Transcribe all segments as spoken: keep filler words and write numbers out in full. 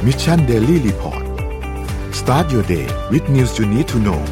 Mission Daily Report start your day with news you need to know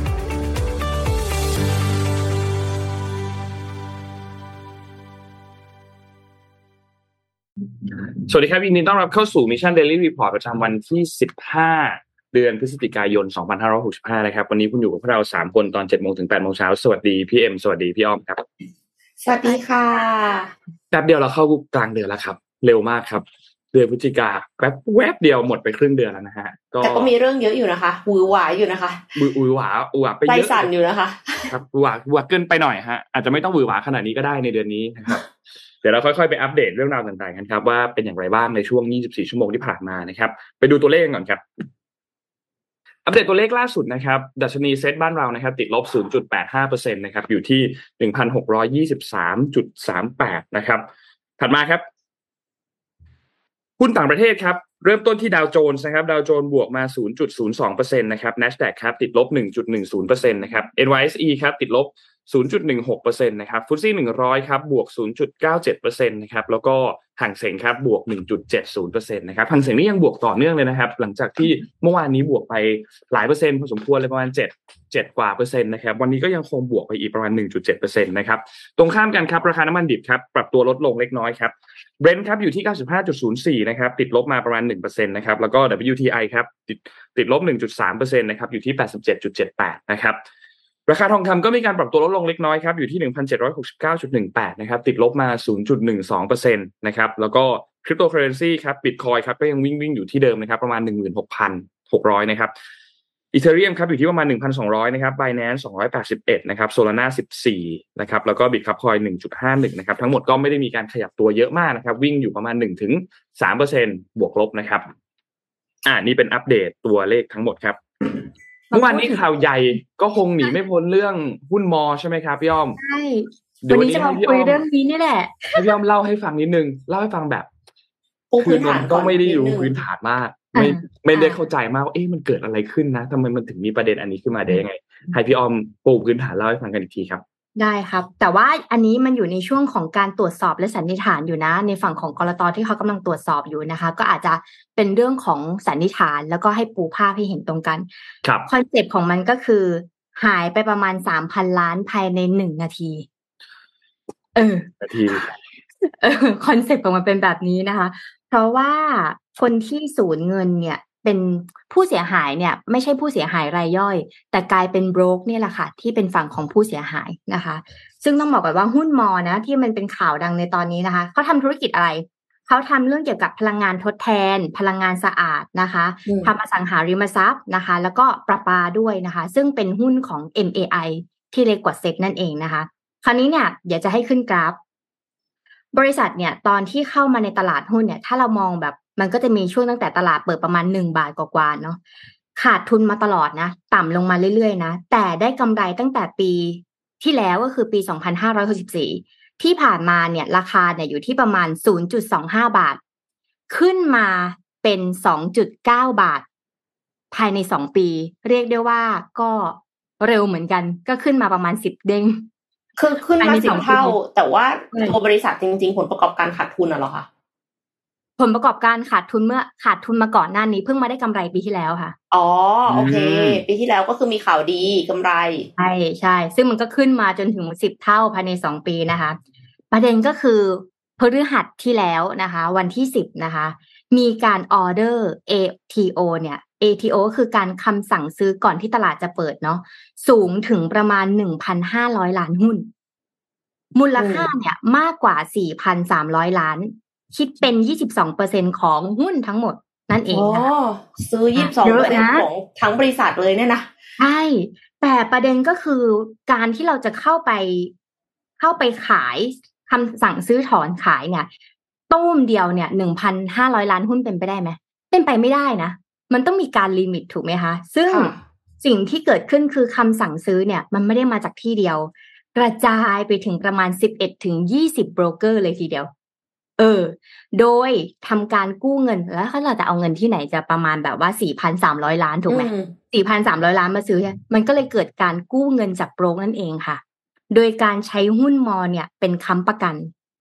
สวัสดีครับยินดีต้อนรับเข้าสู่ Mission Daily Report ประจำวันที่สิบห้าเดือนพฤศจิกายนสองพันห้าร้อยหกสิบห้านะครับวันนี้คุณอยู่กับพวกเราสามคนตอน เจ็ดโมง ถึง แปดโมง เช้าสวัสดีพี่เอ็มสวัสดีพี่อ้อมครับสวัสดีค่ะแป๊บเดียวเราเข้ากลางเดือนแล้วครับเร็วมากครับเดือนพฤศจิกาแป๊บแวบเดียวหมดไปครึ่งเดือนแล้วนะฮะก็แต่ก็มีเรื่องเยอะอยู่นะคะหวือหวาอยู่นะคะหวือหวาหวาไปเยอะใจสั่นอยู่นะคะครับหวาหวาเกินไปหน่อยฮะอาจจะไม่ต้องหวือหวาขนาดนี้ก็ได้ในเดือนนี้นะครับเดี๋ยวเราค่อยๆไปอัปเดตเรื่องราวต่างๆกันครับว่าเป็นอย่างไรบ้างในช่วงยี่สิบสี่ชั่วโมงที่ผ่านมานะครับไปดูตัวเลขก่อนครับอัปเดตตัวเลขล่าสุดนะครับดัชนีเซ็ตบ้านเรานะครับติดลบ ศูนย์จุดแปดห้าเปอร์เซ็นต์ นะครับอยู่ที่ หนึ่งพันหกร้อยยี่สิบสามจุดสามแปด นะครับถัดมาครับหุ้นต่างประเทศครับเริ่มต้นที่ดาวโจนส์นะครับดาวโจนส์บวกมา ศูนย์จุดศูนย์สองเปอร์เซ็นต์ นะครับ Nasdaq ครับติดลบ หนึ่งจุดหนึ่งศูนย์เปอร์เซ็นต์ นะครับ เอ็น วาย เอส อี ครับติดลบ ศูนย์จุดหนึ่งหกเปอร์เซ็นต์ นะครับ เอฟ ที เอส อี หนึ่งร้อยครับบวก ศูนย์จุดเก้าเจ็ดเปอร์เซ็นต์ นะครับแล้วก็หั่งเส็งครับบวก หนึ่งจุดเจ็ดศูนย์เปอร์เซ็นต์ นะครับหั่งเส็งนี่ยังบวกต่อเนื่องเลยนะครับหลังจากที่เมื่อวานนี้บวกไปหลายเปอร์เซ็นต์พอสมควรเลยประมาณ7 7กว่าเปอร์เซ็นต์นะครับวันนี้ก็ยังคงบวกไปอีกประมาณ หนึ่งจุดเจ็ดเปอร์เซ็นต์ นะครับตรงข้ามกันครับราคาน้ำมันดิบครับปรับตัวลดลงเล็กน้อยครับBrent ครับอยู่ที่ เก้าสิบห้าจุดศูนย์สี่ นะครับติดลบมาประมาณ หนึ่งเปอร์เซ็นต์ นะครับแล้วก็ ดับเบิลยู ที ไอ ครับติดติดลบ หนึ่งจุดสามเปอร์เซ็นต์ นะครับอยู่ที่ แปดสิบเจ็ดจุดเจ็ดแปด นะครับราคาทองคำก็มีการปรับตัวลดลงเล็กน้อยครับอยู่ที่ หนึ่งพันเจ็ดร้อยหกสิบเก้าจุดหนึ่งแปด นะครับติดลบมา ศูนย์จุดหนึ่งสองเปอร์เซ็นต์ นะครับแล้วก็คริปโตเคอเรนซีครับ Bitcoin ครับก็ยังวิ่งวิ่งอยู่ที่เดิมนะครับประมาณ หนึ่งหมื่นหกพันหกร้อย นะครับEthereum ครับอยู่ที่ประมาณ หนึ่งพันสองร้อย นะครับ Binance สองร้อยแปดสิบเอ็ดนะครับ Solana สิบสี่นะครับแล้วก็ Bitcoin หนึ่งจุดห้าหนึ่ง นะครับทั้งหมดก็ไม่ได้มีการขยับตัวเยอะมากนะครับวิ่งอยู่ประมาณ หนึ่งถึงสามเปอร์เซ็นต์ บวกลบนะครับอ่านี่เป็นอัปเดตตัวเลขทั้งหมดครับเมื่อวานนี้ข่าวใหญ่ก็คงหนีไม่พ้นเรื่องหุ้นมอใช่ไหมครับพี่อ้อมใช่วันนี้จะมาคุยเรื่องนี้นี่แหละให้พี่อ้อมเล่าให้ฟังนิดนึงเล่าให้ฟังแบบพื้นฐานก็ไม่ได้รู้พื้นฐานมากไม่ไม่ได้เข้าใจมากว่าเอ๊ะมันเกิดอะไรขึ้นนะทำไมมันถึงมีประเด็นอันนี้ขึ้นมาได้ยังไงให้พี่อ้อมปูพื้นฐานเล่าให้ฟังกันอีกทีครับได้ครับแต่ว่าอันนี้มันอยู่ในช่วงของการตรวจสอบและสันนิษฐานอยู่นะในฝั่งของกลต.ที่เขากำลังตรวจสอบอยู่นะคะก็อาจจะเป็นเรื่องของสันนิษฐานแล้วก็ให้ปูภาพให้เห็นตรงกันครับคอนเซ็ปต์ของมันก็คือหายไปประมาณ สามพัน ล้านภายในหนึ่งนาทีเออนาทีเออคอนเซ็ปต์ของมันเป็นแบบนี้นะคะเพราะว่าคนที่สูญเงินเนี่ยเป็นผู้เสียหายเนี่ยไม่ใช่ผู้เสียหายรายย่อยแต่กลายเป็นโบรกเนี่ยแหละค่ะที่เป็นฝั่งของผู้เสียหายนะคะซึ่งต้องบอกก่อนว่าหุ้นมอนะที่มันเป็นข่าวดังในตอนนี้นะคะเขาทำธุรกิจอะไรเขาทำเรื่องเกี่ยวกับพลังงานทดแทนพลังงานสะอาดนะคะทำอสังหาริมทรัพย์นะคะแล้วก็ประปาด้วยนะคะซึ่งเป็นหุ้นของ เอ็ม เอ ไอ ที่เล็กกว่าเซ็ตนั่นเองนะคะคราวนี้เนี่ยเดี๋ยวจะให้ขึ้นกราฟบริษัทเนี่ยตอนที่เข้ามาในตลาดหุ้นเนี่ยถ้าเรามองแบบมันก็จะมีช่วงตั้งแต่ตลาดเปิดประมาณหนึ่งบาทกว่าๆเนาะขาดทุนมาตลอดนะต่ำลงมาเรื่อยๆนะแต่ได้กำไรตั้งแต่ปีที่แล้วก็คือปีสองพันห้าร้อยหกสิบสี่ที่ผ่านมาเนี่ยราคาเนี่ยอยู่ที่ประมาณ ศูนย์จุดสองห้า บาทขึ้นมาเป็น สองจุดเก้า บาทภายในสองปีเรียกได้ว่าก็เร็วเหมือนกันก็ขึ้นมาประมาณสิบเด้งคือขึ้นมาสิบเท่าแต่ว่าตัวบริษัทจริงๆผลประกอบการขาดทุนน่ะเหรอคะผลประกอบการขาดทุนเมื่อขาดทุนมาก่อนหน้านี้เพิ่งมาได้กำไรปีที่แล้วค่ะอ๋อโอเคปีที่แล้วก็คือมีข่าวดีกำไรใช่ใช่ซึ่งมันก็ขึ้นมาจนถึงสิบเท่าภายในสองปีนะคะประเด็นก็คือพฤหัสที่แล้วนะคะวันที่สิบนะคะมีการออเดอร์ เอ ที โอ เนี่ย เอ ที โอ คือการคำสั่งซื้อก่อนที่ตลาดจะเปิดเนาะสูงถึงประมาณ หนึ่งพันห้าร้อย ล้านหุ้นมูลค่าเนี่ยมากกว่า สี่พันสามร้อย ล้านคิดเป็น ยี่สิบสองเปอร์เซ็นต์ ของหุ้นทั้งหมดนั่นเองนะคะอ๋อซื้อ ยี่สิบสองเปอร์เซ็นต์ ของทั้งบริษัทเลยเนี่ยนะใช่แต่ประเด็นก็คือการที่เราจะเข้าไปเข้าไปขายคำสั่งซื้อถอนขายเนี่ยตุ้มเดียวเนี่ย หนึ่งพันห้าร้อย ล้านหุ้นเป็นไปได้ไหมเป็นไปไม่ได้นะมันต้องมีการลิมิตถูกไหมคะซึ่งสิ่งที่เกิดขึ้นคือคำสั่งซื้อเนี่ยมันไม่ได้มาจากที่เดียวกระจายไปถึงประมาณ สิบเอ็ดถึงยี่สิบ โบรกเกอร์เลยทีเดียวเออโดยทำการกู้เงินแล้วเราจะเอาเงินที่ไหนจะประมาณแบบว่า สี่พันสามร้อย ล้านถูกไหม สี่พันสามร้อย ล้านมาซื้อมันก็เลยเกิดการกู้เงินจากโบรกนั่นเองค่ะโดยการใช้หุ้นมอเนี่ยเป็นค้ำประกัน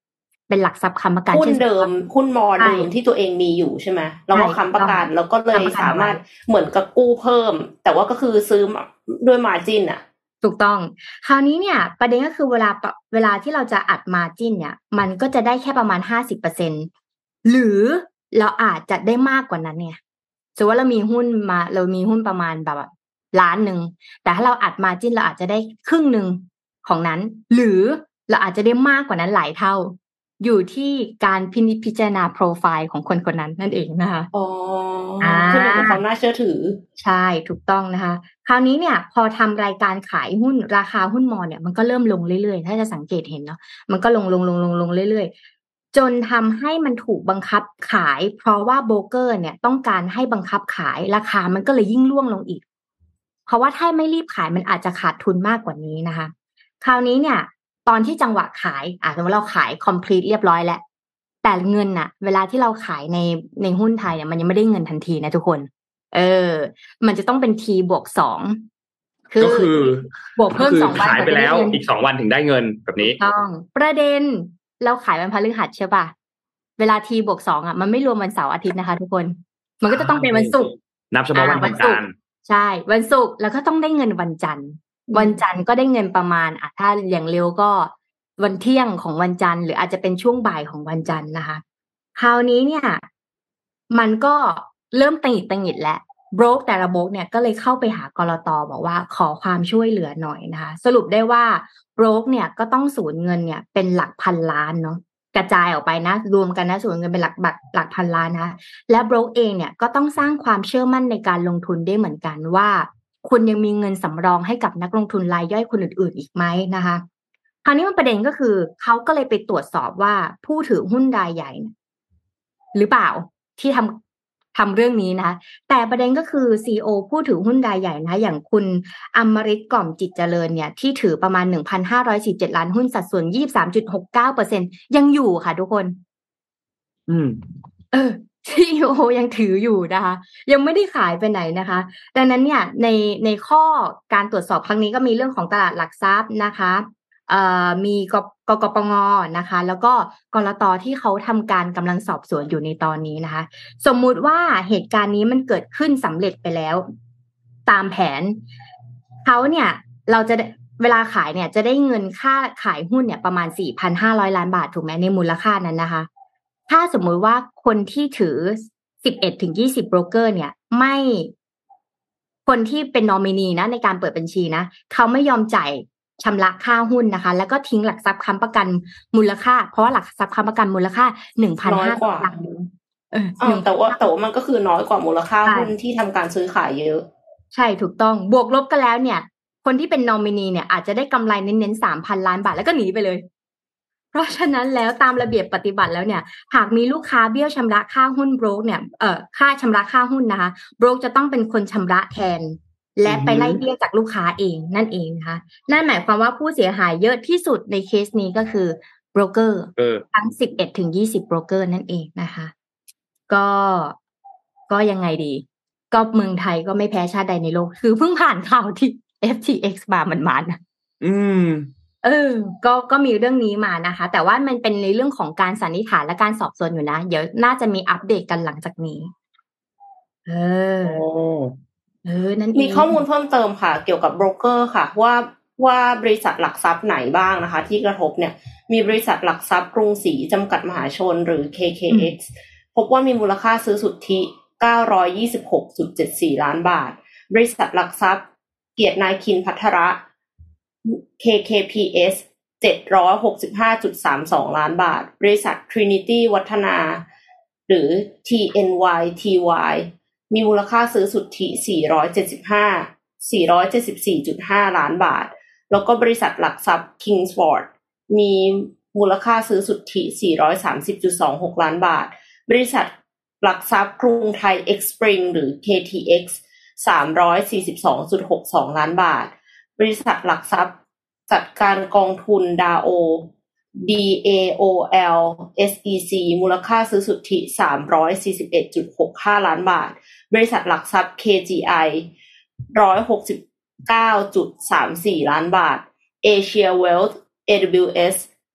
เป็นหลักทรัพย์ค้ำประกันหุ้นเดิมหุ้นมอเดิมที่ตัวเองมีอยู่ใช่ไหมแล้วก็ค้ำประกันแล้วก็เลยสามารถเหมือนกับกู้เพิ่มแต่ว่าก็คือซื้อด้วยมาร์จิ้นอ่ะถูกต้องคราวนี้เนี่ยประเด็นก็คือเวลาเวลาที่เราจะอัดมาร์จิ้นเนี่ยมันก็จะได้แค่ประมาณ ห้าสิบเปอร์เซ็นต์ หรือเราอาจจะได้มากกว่านั้นเนี่ยสมมติว่าเรามีหุ้นมาเรามีหุ้นประมาณแบบล้านนึงแต่ถ้าเราอัดมาร์จิ้นเราอาจจะได้ครึ่งนึงของนั้นหรือเราอาจจะได้มากกว่านั้นหลายเท่าอยู่ที่การพินิจพิจารณาโปรไฟล์ของคนคนนั้นนั่นเองนะคะอ๋อคือเป็นความน่าเชื่อถือใช่ถูกต้องนะคะคราวนี้เนี่ยพอทำรายการขายหุ้นราคาหุ้นมอเนี่ยมันก็เริ่มลงเรื่อยๆถ้าจะสังเกตเห็นเนาะมันก็ลงลงลงลงลงเรื่อยๆจนทำให้มันถูกบังคับขายเพราะว่าโบรกเกอร์เนี่ยต้องการให้บังคับขายราคามันก็เลยยิ่งร่วงลงอีกเพราะว่าถ้าไม่รีบขายมันอาจจะขาดทุนมากกว่านี้นะคะคราวนี้เนี่ยตอนที่จังหวะขายอ่ะสมมติเราขาย complete เรียบร้อยแล้วแต่เงินน่ะเวลาที่เราขายในในหุ้นไทยเนี่ยมันยังไม่ได้เงินทันทีนะทุกคนเออมันจะต้องเป็น T บวกสองก็คือบวกเพิ่มสองวันขายไปแล้วอีกสองวันถึงได้เงินแบบนี้ต้องประเด็นเราขายวันพฤหัสใช่ป่ะเวลา T บวกสองอ่ะมันไม่รวมวันเสาร์อาทิตย์นะคะทุกคนมันก็จะต้องเป็นวันศุกร์นับเฉพาะวันทำการใช่วันศุกร์แล้วก็ต้องได้เงินวันจันทร์วันจันทร์ก็ได้เงินประมาณอ่ะถ้าอย่างเร็วก็วันเที่ยงของวันจันทร์หรืออาจจะเป็นช่วงบ่ายของวันจันทร์นะคะคราวนี้เนี่ยมันก็เริ่มตังหิดตังหิดแล้วโบรกแต่ละโบรกเนี่ยก็เลยเข้าไปหากลต.บอกว่าขอความช่วยเหลือหน่อยนะคะสรุปได้ว่าโบรกเนี่ยก็ต้องสูญเงินเนี่ยเป็นหลักพันล้านเนาะกระจายออกไปนะรวมกันนะสูญเงินเป็นหลักบัตรหลักพันล้านนะและโบรกเองเนี่ยก็ต้องสร้างความเชื่อมั่นในการลงทุนได้เหมือนกันว่าคุณยังมีเงินสำรองให้กับนักลงทุนรายย่อยคนอื่นๆอีกไหมนะคะคราวนี้มันประเด็นก็คือเขาก็เลยไปตรวจสอบว่าผู้ถือหุ้นรายใหญ่หรือเปล่าที่ทำทำเรื่องนี้นะคะแต่ประเด็นก็คือ ซี อี โอ ผู้ถือหุ้นรายใหญ่นะอย่างคุณอมฤตกล่อมจิตเจริญเนี่ยที่ถือประมาณ หนึ่งพันห้าร้อยสี่สิบเจ็ด ล้านหุ้นสัดส่วน ยี่สิบสามจุดหกเก้าเปอร์เซ็นต์ ยังอยู่ค่ะทุกคนอืมเออ ซี อี โอ ยังถืออยู่นะคะยังไม่ได้ขายไปไหนนะคะดังนั้นเนี่ยในในข้อการตรวจสอบครั้งนี้ก็มีเรื่องของตลาดหลักทรัพย์นะคะเอ่อมีกกกปงนะคะแล้วก็กลต.ที่เขาทำการกำลังสอบสวนอยู่ในตอนนี้นะคะสมมุติว่าเหตุการณ์นี้มันเกิดขึ้นสำเร็จไปแล้วตามแผนเขาเนี่ยเราจะเวลาขายเนี่ยจะได้เงินค่าขายหุ้นเนี่ยประมาณ สี่พันห้าร้อย ล้านบาทถูกไหมในมูลค่านั้นนะคะถ้าสมมุติว่าคนที่ถือ สิบเอ็ดถึงยี่สิบ โบรกเกอร์เนี่ยไม่คนที่เป็นนอมินีนะในการเปิดบัญชีนะเขาไม่ยอมจ่ายชำระค่าหุ้นนะคะแล้วก็ทิ้งหลักทรัพย์ค้ำประกันมูลค่าเพราะว่าหลักทรัพย์ค้ำประกันมูลค่า หนึ่งพันห้าร้อย ล้านเออแต่ว่าแต่ว่ามันก็คือน้อยกว่ามูลค่าหุ้นที่ทำการซื้อขายเยอะใช่ถูกต้องบวกลบกันแล้วเนี่ยคนที่เป็นนอมินีเนี่ยอาจจะได้กำไรเน้นๆ สามพัน ล้านบาทแล้วก็หนีไปเลยเพราะฉะนั้นแล้วตามระเบียบปฏิบัติแล้วเนี่ยหากมีลูกค้าเบี้ยวชำระค่าหุ้นโบรกเนี่ยเอ่อค่าชำระค่าหุ้นนะคะโบรกจะต้องเป็นคนชำระแทนและไปไล่เบี้ยจากลูกค้าเองนั่นเองนะคะนั่นหมายความว่าผู้เสียหายเยอะที่สุดในเคสนี้ก็คือโบรกเกอร์ทั้ง สิบเอ็ดถึงยี่สิบ โบรกเกอร์นั่นเองนะคะก็ก็ยังไงดีก็เมืองไทยก็ไม่แพ้ชาติใดในโลกคือเพิ่งผ่านข่าวที่ เอฟ ที เอ็กซ์ มามันๆนะอืมเออก็ก็มีเรื่องนี้มานะคะแต่ว่ามันเป็นในเรื่องของการสันนิษฐานและการสอบสวนอยู่นะเดี๋ยวน่าจะมีอัปเดตกันหลังจากนี้เออเออนั่นเองมีข้อมูลเพิ่มเติมค่ะเกี่ยวกับโบรกเกอร์ค่ะว่าว่าบริษัทหลักทรัพย์ไหนบ้างนะคะที่กระทบเนี่ยมีบริษัทหลักทรัพย์กรุงศรีจำกัดมหาชนหรือ เค เค เอ็กซ์ พบว่ามีมูลค่าซื้อสุทธิ เก้าร้อยยี่สิบหกจุดเจ็ดสี่ ล้านบาทบริษัทหลักทรัพย์เกียรตินาคินภัทระ เค เค พี เอส เจ็ดร้อยหกสิบห้าจุดสามสอง ล้านบาทบริษัท Trinity วัฒนาหรือ ที เอ็น วาย ที วาย มีมูลค่าซื้อสุทธิสี่ร้อยเจ็ดสิบห้า สี่ร้อยเจ็ดสิบสี่จุดห้า ล้านบาทแล้วก็บริษัทหลักทรัพย์ Kingsford มีมูลค่าซื้อสุทธิ สี่ร้อยสามสิบจุดสองหก ล้านบาทบริษัทหลักทรัพย์กรุงไทย Xspring หรือ เค ที เอ็กซ์ สามร้อยสี่สิบสองจุดหกสอง ล้านบาทบริษัทหลักทรัพย์จัดการกองทุน ดา โอ ดี เอ โอ แอล เอส อี ซี มูลค่าซื้อสุทธิ สามร้อยสี่สิบเอ็ดจุดหกห้า ล้านบาทบริษัทหลักทรัพย์ เค จี ไอ หนึ่งร้อยหกสิบเก้าจุดสามสี่ ล้านบาท Asia Wealth เอ ดับเบิลยู เอส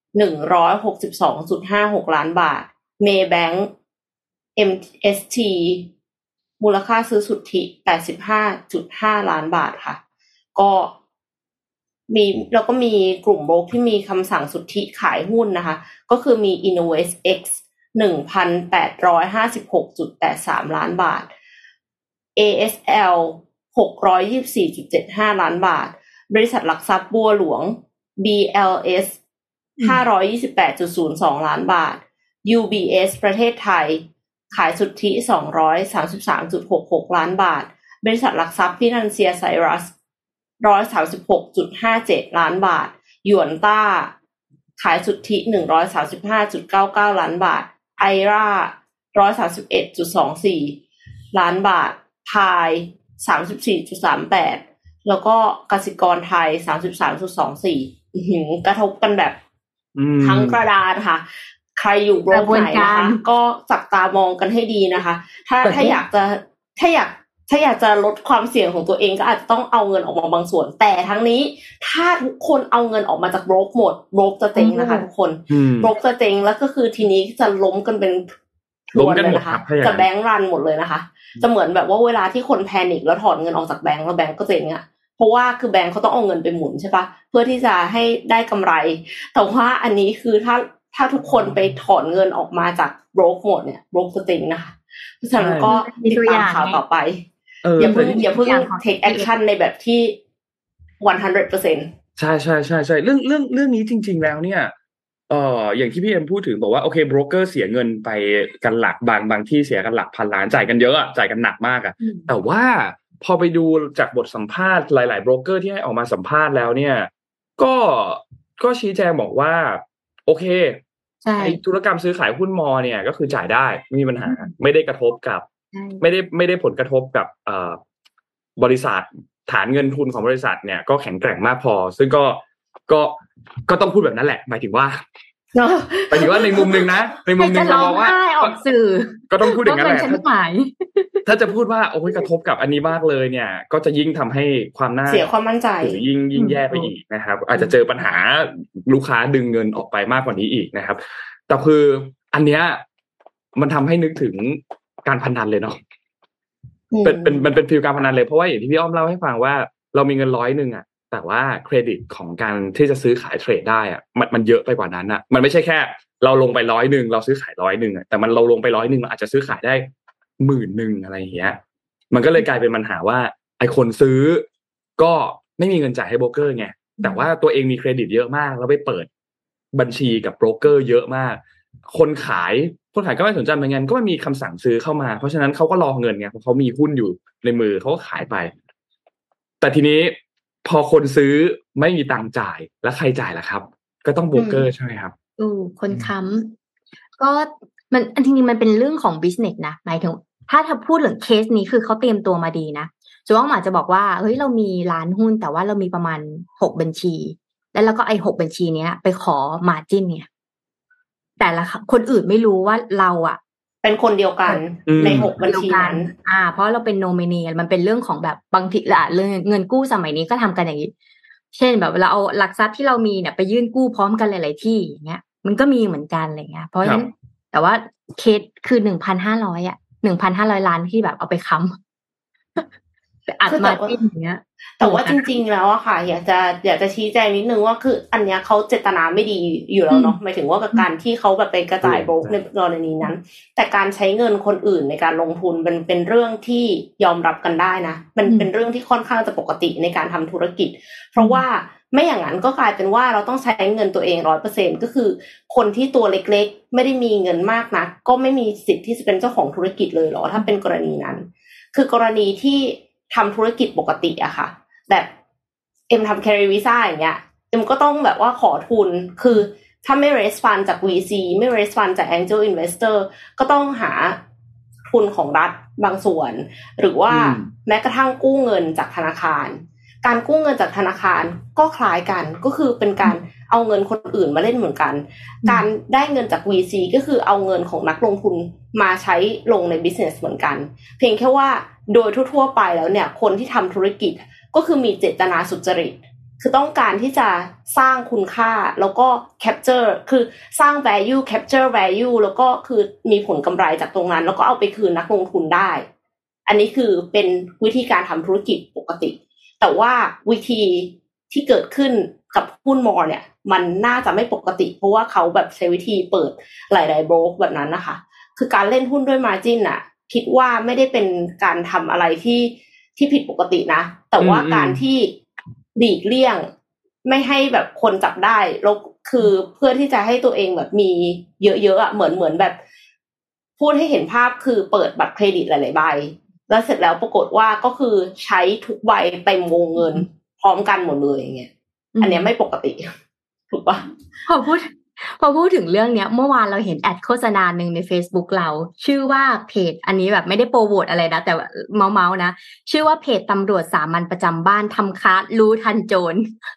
หนึ่งร้อยหกสิบสองจุดห้าหก ล้านบาท Maybank เอ็ม เอส ที มูลค่าซื้อสุทธิ แปดสิบห้าจุดห้า ล้านบาทค่ะก็มีแล้วก็มีกลุ่มโบรกที่มีคำสั่งสุทธิขายหุ้นนะคะก็คือมี InnovestX หนึ่งพันแปดร้อยห้าสิบหกจุดแปดสาม ล้านบาท เอ เอส แอล หกร้อยยี่สิบสี่จุดเจ็ดห้า ล้านบาทบริษัทหลักทรัพย์บัวหลวง บี แอล เอส ห้าร้อยยี่สิบแปดจุดศูนย์สอง ล้านบาท ยู บี เอส ประเทศไทยขายสุทธิสองร้อยสามสิบสามจุดหกหก ล้านบาทบริษัทหลักทรัพย์ Financial Cyrus หนึ่งร้อยสามสิบหกจุดห้าเจ็ด ล้านบาทหยวนต้าขายสุทธิหนึ่งร้อยสามสิบห้าจุดเก้าเก้า ล้านบาทไอร่า หนึ่งร้อยสามสิบเอ็ดจุดสองสี่ ล้านบาทพาย สามสิบสี่จุดสามแปด แล้วก็กสิกรไทย สามสิบสามจุดสองสี่ อื้อหือกระทบกันแบบทั้งกระดานค่ะใครอยู่โบรกไหนนะคะก็จับตามองกันให้ดีนะคะถ้าถ้าอยากจะถ้าอยากถ้าอยากจะลดความเสี่ยงของตัวเองก็อาจจะต้องเอาเงินออกมาบางส่วนแต่ทั้งนี้ถ้าทุกคนเอาเงินออกมาจากโบรกหมดโบรกจะเจ๊งนะคะทุกคนโบรกจะเจ๊งแล้วก็คือทีนี้จะล้มกันเป็นล้มกันหมดนะคะจะแบงก์รันหมดเลยนะคะจะเหมือนแบบว่าเวลาที่คนแพนิคแล้วถอนเงินออกจากแบงก์แล้วแบงก์ก็เจ๊งอ่ะเพราะว่าคือแบงก์เขาต้องเอาเงินไปหมุนใช่ปะเพื่อที่จะให้ได้กำไรแต่ว่าอันนี้คือถ้าถ้าทุกคนไปถอนเงินออกมาจากโบรกหมดเนี่ยโบรกจะเจ๊งนะคะเพราะฉะนั้นก็ติดตามข่าวต่อไปอย่าเพิ่งอย่าเพิ่ง take action ในแบบที่ หนึ่งร้อยเปอร์เซ็นต์ใช่ๆๆๆเรื่องเรื่องเรื่องนี้จริงๆแล้วเนี่ยเอ่ออย่างที่พี่เอ็มพูดถึงบอกว่าโอเคโบรกเกอร์เสียเงินไปกันหลักบางบางที่เสียกันหลักพันล้านจ่ายกันเยอะอ่ะจ่ายกันหนักมากอ่ะแต่ว่าพอไปดูจากบทสัมภาษณ์หลายๆโบรกเกอร์ที่ให้ออกมาสัมภาษณ์แล้วเนี่ยก็ก็ชี้แจงบอกว่าโอเคไอ้ธุรกรรมซื้อขายหุ้นมอเนี่ยก็คือจ่ายได้ไม่มีปัญหาไม่ได้กระทบกับไม่ได้ไม่ได้ผลกระทบกับเอ่อบริษัทฐานเงินทุนของบริษัทเนี่ยก็แข็งแกร่งมากพอซึ่งก็ก็ก็ต้องพูดแบบนั้นแหละหมายถึงว่าหมายถึงว่าในมุมนึงนะในมุมนึงเราบอกว่าออกสื่อก็ต้องพูดอย่างนั้นแหละถ้าจะพูดว่าโอ้ยกระทบกับอันนี้มากเลยเนี่ยก็จะยิ่งทำให้ความน่าเสียความมั่นใจยิ่งยิ่งแย่ไปอีกนะครับอาจจะเจอปัญหาลูกค้าดึงเงินออกไปมากกว่านี้อีกนะครับแต่คืออันเนี้ยมันทำให้นึกถึงการพนันเลยเนาะเป็นเป็นมันเป็นฟีลการพนันเลยเพราะว่าอย่างที่พี่อ้อมเล่าให้ฟังว่าเรามีเงินร้อยนึงอ่ะแต่ว่าเครดิตของการที่จะซื้อขายเทรดได้อ่ะมันมันเยอะไปกว่านั้นอ่ะมันไม่ใช่แค่เราลงไปร้อยนึงเราซื้อขายร้อยนึงอ่ะแต่มันเราลงไปร้อยนึงเราอาจจะซื้อขายได้หมื่นนึงอะไรอย่างเงี้ยมันก็เลยกลายเป็นปัญหาว่าไอ้คนซื้อก็ไม่มีเงินจ่ายให้โบรกเกอร์ไงแต่ว่าตัวเองมีเครดิตเยอะมากแล้วไปเปิดบัญชีกับโบรกเกอร์เยอะมากคนขายคนขายก็ไม่สนใจเหมือนกันก็ไม่มีคำสั่งซื้อเข้ามาเพราะฉะนั้นเขาก็รอเงินไงเพราะเขามีหุ้นอยู่ในมือเขาก็ขายไปแต่ทีนี้พอคนซื้อไม่มีตังค์จ่ายแล้วใครจ่ายล่ะครับก็ต้องโบรกเกอร์ใช่ไหมครับอือคนค้ำก็มันจริงๆมันเป็นเรื่องของ business นะหมายถึงถ้าถ้าพูดถึงเคสนี้คือเขาเตรียมตัวมาดีนะจะว่าหมาจะบอกว่าเฮ้ยเรามีล้านหุ้นแต่ว่าเรามีประมาณหกบัญชีแล้วเราก็ไอ้หกบัญชีเนี้ยไปขอ margin เนี่ยแต่ละคนอื่นไม่รู้ว่าเราอ่ะเป็นคนเดียวกันในหกบัญชีนั้นอ่าเพราะเราเป็นโนมินีมันเป็นเรื่องของแบบบางทีละเรื่องเงินกู้สมัยนี้ก็ทำกันอย่างนี้เช่นแบบเราเอาหลักทรัพย์ที่เรามีเนี่ยไปยื่นกู้พร้อมกันหลายๆที่อย่างเงี้ยมันก็มีเหมือนกันอะไรเงี้ยเพราะฉะนั้นแต่ว่าเคสคือ หนึ่งพันห้าร้อย อ่ะ หนึ่งพันห้าร้อย ล้านที่แบบเอาไปค้ำไปอัดมาจิ้นอย่างเงี้ยแต่ว่าจริงๆแล้วอะค่ะอยากจะอยากจะชี้แจงนิดนึงว่าคืออันเนี้ยเขาเจตนาไม่ดีอยู่แล้วเนาะหมายถึงว่ากับการที่เขาแบบไปกระจายโบรกในกรณีนั้นแต่การใช้เงินคนอื่นในการลงทุนเป็นเป็นเรื่องที่ยอมรับกันได้นะมันเป็นเรื่องที่ค่อนข้างจะปกติในการทำธุรกิจเพราะว่าไม่อย่างนั้นก็กลายเป็นว่าเราต้องใช้เงินตัวเอง ร้อยเปอร์เซ็นต์ ก็คือคนที่ตัวเล็กๆไม่ได้มีเงินมากนักก็ไม่มีสิทธิ์ที่จะเป็นเจ้าของธุรกิจเลยหรอถ้าเป็นกรณีนั้นคือกรณีที่ทำธุรกิจปกติอะค่ะแบบเอ็มทำ carry visa อย่างเงี้ยเอ็มก็ต้องแบบว่าขอทุนคือถ้าไม่ raise fund จาก วี ซี ไม่ raise fund จาก angel investor ก็ต้องหาทุนของรัฐบางส่วนหรือว่าแม้กระทั่งกู้เงินจากธนาคารการกู้เงินจากธนาคารก็คล้ายกันก็คือเป็นการเอาเงินคนอื่นมาเล่นเหมือนกันการได้เงินจาก วี ซี ก็คือเอาเงินของนักลงทุนมาใช้ลงใน business เหมือนกันเพียงแค่ว่าโดยทั่วๆไปแล้วเนี่ยคนที่ทำธุรกิจก็คือมีเจตนาสุจริตคือต้องการที่จะสร้างคุณค่าแล้วก็ capture คือสร้าง value capture value แล้วก็คือมีผลกำไรจากตรงนั้นแล้วก็เอาไปคืนนักลงทุนได้อันนี้คือเป็นวิธีการทำธุรกิจปกติแต่ว่าวิธีที่เกิดขึ้นกับหุ้นมอเนี่ยมันน่าจะไม่ปกติเพราะว่าเขาแบบใช้วิธีเปิดหลายๆโบรกแบบนั้นนะคะคือการเล่นหุ้นด้วย margin น่ะคิดว่าไม่ได้เป็นการทำอะไรที่ที่ผิดปกตินะแต่ว่าการที่หลีกเลี่ยงไม่ให้แบบคนจับได้แล้วคือเพื่อที่จะให้ตัวเองแบบมีเยอะๆอ่ะเหมือนเหมือนแบบพูดให้เห็นภาพคือเปิดบัตรเครดิตหลายๆใบแล้วเสร็จแล้วปรากฏว่าก็คือใช้ทุกใบเต็มวงเงินพร้อมกันหมดเลยอย่างเงี้ยอันเนี้ยไม่ปกติถูกปะพอพูดพอพูดถึงเรื่องเนี้ยเมื่อวานเราเห็นแอดโฆษณาหนึ่งใน Facebook เราชื่อว่าเพจอันนี้แบบไม่ได้โปรโมทอะไรนะแต่เมาๆนะชื่อว่าเพจตำรวจสามัญประจำบ้านทำค้ารู้ทันโจร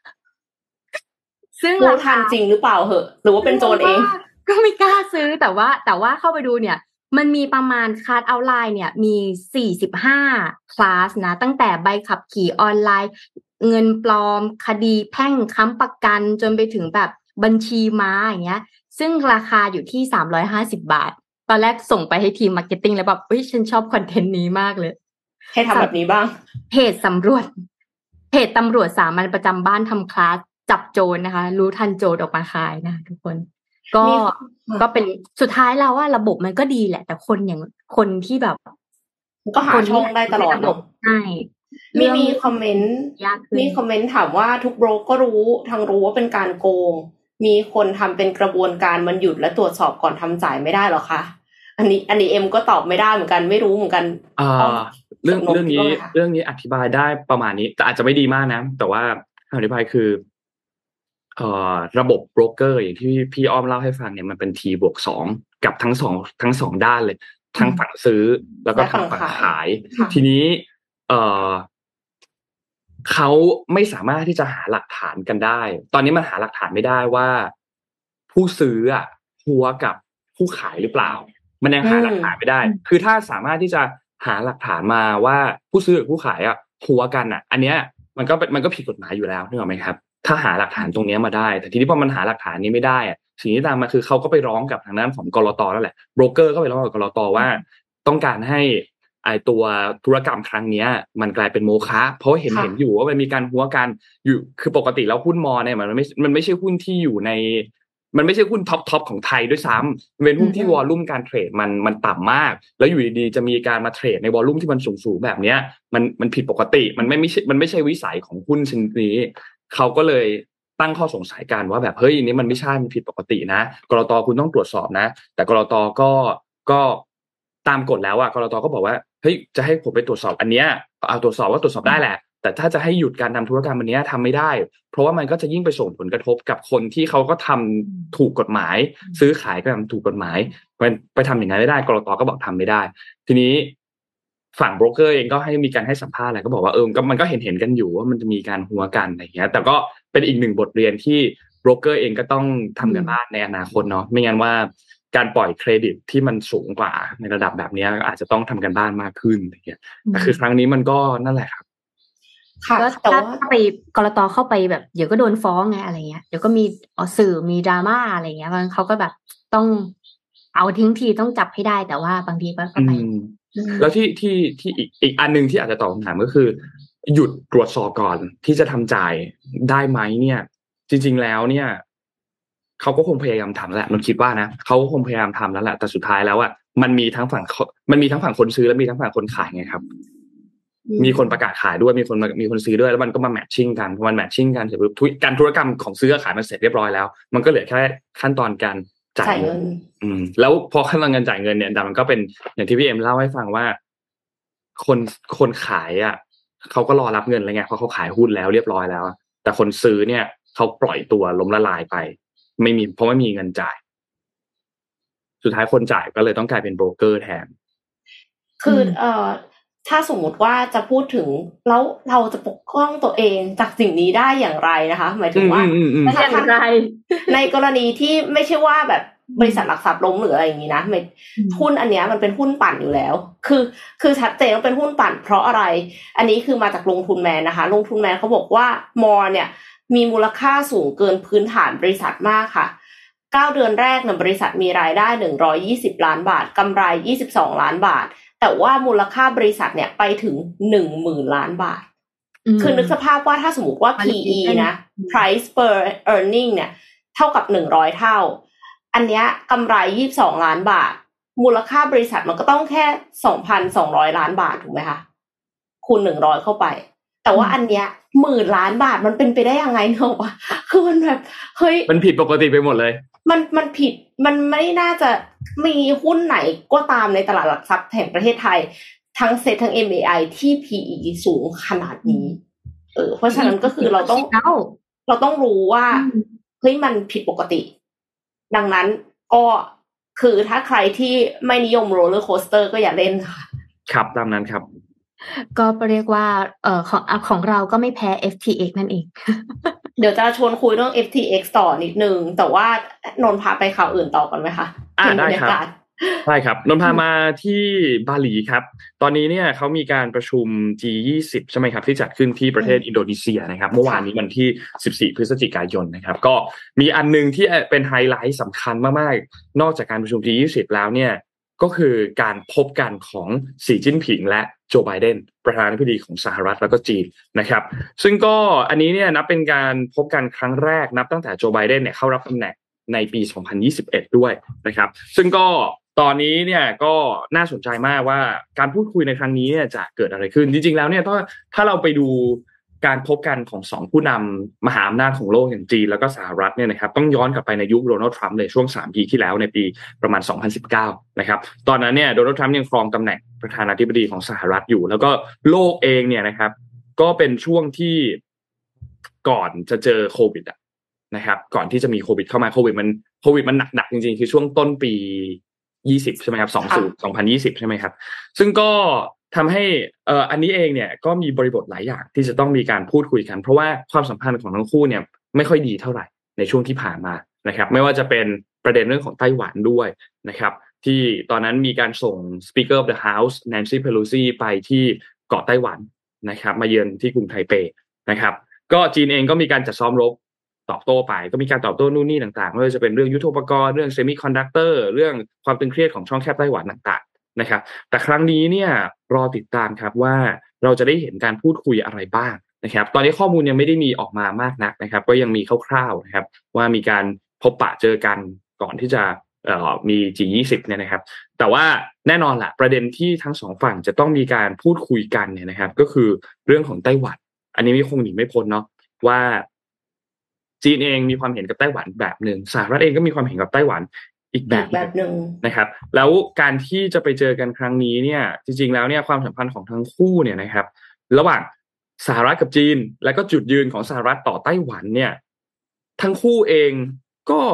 ซึ่งรู้ทันจริงหรือเปล่าเหอะหรือว่าเป็นโจรเองก็ไม่กล้าซื้อแต่ว่าแต่ว่าเข้าไปดูเนี่ยมันมีประมาณคลาสเอาท์ไลน์เนี่ยมีสี่สิบห้าคลาสนะตั้งแต่ใบขับขี่ออนไลน์เงินปลอมคดีแพ่งค้ำประกันจนไปถึงแบบบัญชีม้าอย่างเงี้ยซึ่งราคาอยู่ที่สามร้อยห้าสิบบาทตอนแรกส่งไปให้ทีมมาร์เก็ตติ้งแล้วแบบเฮ้ยฉันชอบคอนเทนต์นี้มากเลยให้ทำแบบนี้บ้างเพจสำรวจเพจตำรวจสามัญประจำบ้านทำคลาสจับโจรนะคะรู้ทันโจรออกมาขายนะทุกคนก็ก็เป็นสุดท้ายแล้วว่าระบบมันก็ดีแหละแต่คนอย่างคนที่แบบก็หาช่องได้ตลอดเนาะใช่มีมีคอมเมนต์มีคอมเมนต์ถามว่าทุกโบรกก็รู้ทั้งรู้ว่าเป็นการโกงมีคนทำเป็นกระบวนการมันหยุดและตรวจสอบก่อนทำจ่ายไม่ได้หรอคะอันนี้อันนี้เอ็มก็ตอบไม่ได้เหมือนกันไม่รู้เหมือนกันอ่าเรื่องเรื่องนี้เรื่องนี้อธิบายได้ประมาณนี้แต่อาจจะไม่ดีมากนะแต่ว่าอธิบายคือเอ่อระบบโบรกเกอร์อย่างที่พี่อ้อมเล่าให้ฟังเนี่ยมันเป็น T บวกสองกับทั้งสองทั้งสองด้านเลยทั้งฝั่งซื้อแล้วก็ทั้งฝั่งขายทีนี้เอ่อเขาไม่สามารถที่จะหาหลักฐานกันได้ตอนนี้มันหาหลักฐานไม่ได้ว่าผู้ซื้ออ่ะหัวกับผู้ขายหรือเปล่ามันยังหาหลักฐานไม่ได้คือถ้าสามารถที่จะหาหลักฐานมาว่าผู้ซื้อกับผู้ขายอ่ะหัวกันอ่ะอันเนี้ยมันก็มันก็ผิดกฎหมายอยู่แล้วนึกออกไหมครับถ้าหาหลักฐานตรงนี้มาได้แต่ทีนี้พอมันหาหลักฐานนี้ไม่ได้อ่ะสิ่งที่ตามมาคือเขาก็ไปร้องกับทางด้านของกลต.แล้วแหละโบรกเกอร์ก็ไปร้องกับกลต.ว่าต้องการให้ไอตัวธุรกรรมครั้งนี้มันกลายเป็นโมฆะเพราะเห็นเห็นอยู่ว่ามันมีการหัวกันอยู่คือปกติแล้วหุ้นมอเนี่ยมันไม่มันไม่ใช่หุ้นที่อยู่ในมันไม่ใช่หุ้นท็อปท็อปของไทยด้วยซ้ำมันเป็นหุ้นที่วอลลุ่มการเทรดมันมันต่ำมากแล้วอยู่ดีๆจะมีการมาเทรดในวอลลุ่มที่มันสูงๆแบบเนี้ยมันมันผิดปกติมันไม่ไม่ใช่มันไม่ใช่วิสัยของหุ้นชนิดนี้เขาก็เลยตั้งข้อสงสัยกันว่าแบบเฮ้ยนี่มันไม่ใช่มันผิดปกตินะกลต.คุณต้องตรวจสอบนะแต่กลต.ก็ก็ตามกฎแล้วอะกลต.ก็บอกว่าเฮ้ยจะให้ผมไปตรวจสอบอันเนี้ยเอาตรวจสอบว่าตรวจสอบได้แหละแต่ถ้าจะให้หยุดการทำธุรกรรมอันนี้ทำไม่ได้เพราะว่ามันก็จะยิ่งไปส่งผลกระทบกับคนที่เขาก็ทำถูกกฎหมายซื้อขายก็ทำถูกกฎหมายมันไปทำอย่างนั้นไม่ได้กลต.ก็บอกทำไม่ได้ทีนี้ฝั่งโบรกเกอร์เองก็ให้มีการให้สัมภาษณ์อะไรก็บอกว่าเออก็มันก็เห็นเห็นกันอยู่ว่ามันจะมีการหัวกันอะไรอย่างเงี้ยแต่ก็เป็นอีกหนึ่งบทเรียนที่โบรกเกอร์เองก็ต้องทำกันบ้านในอนาคตเนาะไม่งั้นว่าการปล่อยเครดิตที่มันสูงกว่าในระดับแบบนี้อาจจะต้องทำกันบ้านมากขึ้นอะไรอย่างเงี้ยแต่คือครั้งนี้มันก็นั่นแหละครับค่ะแต่ว่าไปกลต.เข้าไปแบบเดี๋ยวก็โดนฟ้องไงอะไรเงี้ยเดี๋ยวก็มีสื่อมีดราม่าอะไรเงี้ยบางเขาก็แบบต้องเอาทิ้งทีต้องจับให้ได้แต่ว่าบางทีก็ไปแล้วที่ที่ที่อีกอีกอันนึงที่อาจจะตอบคำถามก็คือหยุดตรวจสอบก่อนที่จะทำจ่ายได้ไหมเนี่ยจริงๆแล้วเนี่ยเขาก็คงพยายามทำแหละมันคิดว่านะเขาก็คงพยายามทำแล้วแหละแต่สุดท้ายแล้วอ่ะมันมีทั้งฝั่งมันมีทั้งฝั่งคนซื้อและมีทั้งฝั่งคนขายไงครับมีคนประกาศขายด้วยมีคนมีคนซื้อด้วยแล้วมันก็มาแมทชิ่งกันพอมันแมทชิ่งกันเสร็จปุ๊บการธุรกรรมของซื้อขายมันเสร็จเรียบร้อยแล้วมันก็เหลือแค่ขั้นตอนการจ่ายเงินอืมแล้วพอขั้นตอนเงินจ่ายเงินเนี่ยมันก็เป็นอย่างที่พี่เอ็มเล่าให้ฟังว่าคนคนขายอ่ะเขาก็รอรับเงินแล้วไงเพราะเขาขายหุ้นแล้วเรียบร้อยแล้วแต่คนซื้อเนี่ยเขาปล่อยตัวล้มละลายไปไม่มีเพราะไม่มีเงินจ่ายสุดท้ายคนจ่ายก็เลยต้องกลายเป็นโบรกเกอร์แทนคือเอ่อถ้าสมมติว่าจะพูดถึงแล้วเราจะปกป้องตัวเองจากสิ่งนี้ได้อย่างไรนะคะหมายถึงว่าอย่างไรในกรณีที่ไม่ใช่ว่าแบบบริษัทหลักทรัพย์ล้มหรืออะไรอย่างนี้นะหุ้นอันเนี้ยมันเป็นหุ้นปั่นอยู่แล้วคือคือชัดเจนว่าเป็นหุ้นปั่นเพราะอะไรอันนี้คือมาจากลงทุนแมนนะคะลงทุนแมนเขาบอกว่ามอเนี่ยมีมูลค่าสูงเกินพื้นฐานบริษัทมากค่ะเก้าเดือนแรกเนี่ยบริษัทมีรายได้หนึ่งร้อยยี่สิบล้านบาทกำไรยี่สิบสองล้านบาทแต่ว่ามูลค่าบริษัทเนี่ยไปถึง หนึ่งหมื่นล้านบาทคือนึกสภาพว่าถ้าสมมุติว่า พี อี นะ price per earning เนี่ยเท่ากับหนึ่งร้อยเท่าอันเนี้ยกำไรยี่สิบสองล้านบาทมูลค่าบริษัทมันก็ต้องแค่ สองพันสองร้อยล้านบาทถูกไหมคะคูณหนึ่งร้อยเข้าไปแต่ว่าอันเนี้ยหมื่นล้านบาทมันเป็นไปได้ยังไงเนอะวะคือมันแบบเฮ้ยมันผิดปกติไปหมดเลยมันมันผิดมันไม่น่าจะมีหุ้นไหนก็ตามในตลาดหลักทรัพย์แห่งประเทศไทยทั้งเซ็ตทั้ง เอ็ม เอ ไอ ที่ พี อี สูงขนาดนี้เออเพราะฉะนั้นก็คือเราต้องเราต้องรู้ว่าเฮ้ยมันผิดปกติดังนั้นก็คือถ้าใครที่ไม่นิยมโรลเลอร์โคสเตอร์ก็อย่าเล่นค่ะครับตามนั้นครับก็เรียกว่าเอ่อของของเราก็ไม่แพ้ เอฟ ที เอ็กซ์ นั่นเองเดี๋ยวจะชวนคุยเรื่อง เอฟ ที เอ็กซ์ ต่อนิดนึงแต่ว่านนท์พาไปข่าวอื่นต่อกันไหมคะอ่าได้ครับใช่ครับนนท์พามาที่บาหลีครับตอนนี้เนี่ยเขามีการประชุม จี ยี่สิบ ใช่ไหมครับที่จัดขึ้นที่ประเทศอินโดนีเซียนะครับเมื่อวานนี้วันที่สิบสี่พฤศจิกายนนะครับก็มีอันนึงที่เป็นไฮไลท์สำคัญมากๆนอกจากการประชุม จี ยี่สิบ แล้วเนี่ยก็คือการพบกันของสีจิ้นผิงและโจไบเดนประธานาธิบดีของสหรัฐแล้วก็จีนนะครับซึ่งก็อันนี้เนี่ยนับเป็นการพบกันครั้งแรกนับตั้งแต่โจไบเดนเนี่ยเข้ารับตำแหน่งในปีสองพันยี่สิบเอ็ดด้วยนะครับซึ่งก็ตอนนี้เนี่ยก็น่าสนใจมากว่าการพูดคุยในครั้งนี้เนี่ยจะเกิดอะไรขึ้นจริงๆแล้วเนี่ยถ้าถ้าเราไปดูการพบกันของสองผู้นำมหาอำนาจของโลกอย่างจีนแล้วก็สหรัฐเนี่ยนะครับต้องย้อนกลับไปในยุคโดนัลด์ทรัมป์เลยช่วงสามปีที่แล้วในปีประมาณสองพันสิบเก้านะครับตอนนั้นเนี่ยโดนัลด์ทรัมป์ยังครองตำแหน่งประธานาธิบดีของสหรัฐอยู่แล้วก็โลกเองเนี่ยนะครับก็เป็นช่วงที่ก่อนจะเจอโควิดนะครับก่อนที่จะมีโควิดเข้ามาโควิดมันโควิดมันหนักๆจริงๆคือช่วงต้นปียี่สิบใช่ไหมครับสองพันยี่สิบใช่ไหมครับซึ่งก็ทำให้เอ่ออันนี้เองเนี่ยก็มีบริบทหลายอย่างที่จะต้องมีการพูดคุยกันเพราะว่าความสัมพันธ์ของทั้งคู่เนี่ยไม่ค่อยดีเท่าไหร่ในช่วงที่ผ่านมานะครับไม่ว่าจะเป็นประเด็นเรื่องของไต้หวันด้วยนะครับที่ตอนนั้นมีการส่ง Speaker of the House Nancy Pelosi ไปที่เกาะไต้หวันนะครับมาเยือนที่กรุงไทเปนะครับก็จีนเองก็มีการจัดซ้อมรบตอบโต้ไปก็มีการตอบโต้นู่นนี่ต่างๆไม่ว่าจะเป็นเรื่องยุทโธปกรณ์เรื่องเซมิคอนดักเตอร์เรื่องความตึงเครียดของช่องแคบไต้หวันต่างๆนะครับแต่ครั้งนี้เนี่ยรอติดตามครับว่าเราจะได้เห็นการพูดคุยอะไรบ้างนะครับตอนนี้ข้อมูลยังไม่ได้มีออกมามากนักนะครับก็ยังมีคร่าวๆนะครับว่ามีการพบปะเจอกันก่อนที่จะเอ่อมี จี ยี่สิบ เนี่ยนะครับแต่ว่าแน่นอนแหละประเด็นที่ทั้งสองฝั่งจะต้องมีการพูดคุยกันเนี่ยนะครับก็คือเรื่องของไต้หวันอันนี้ไม่คงหนีไม่พ้นเนาะว่าจีนเองมีความเห็นกับไต้หวันแบบนึงสหรัฐเองก็มีความเห็นกับไต้หวันอีกแบบแบบนึงนะครับแล้วการที่จะไปเจอกันครั้งนี้เนี่ยจริงๆแล้วเนี่ยความสัมพันธ์ของทั้งคู่เนี่ยนะครับระหว่างสหรัฐกับจีนแล้วก็จุดยืนของสหรัฐต่อไต้หวันเนี่ยทั้งคู่เองก็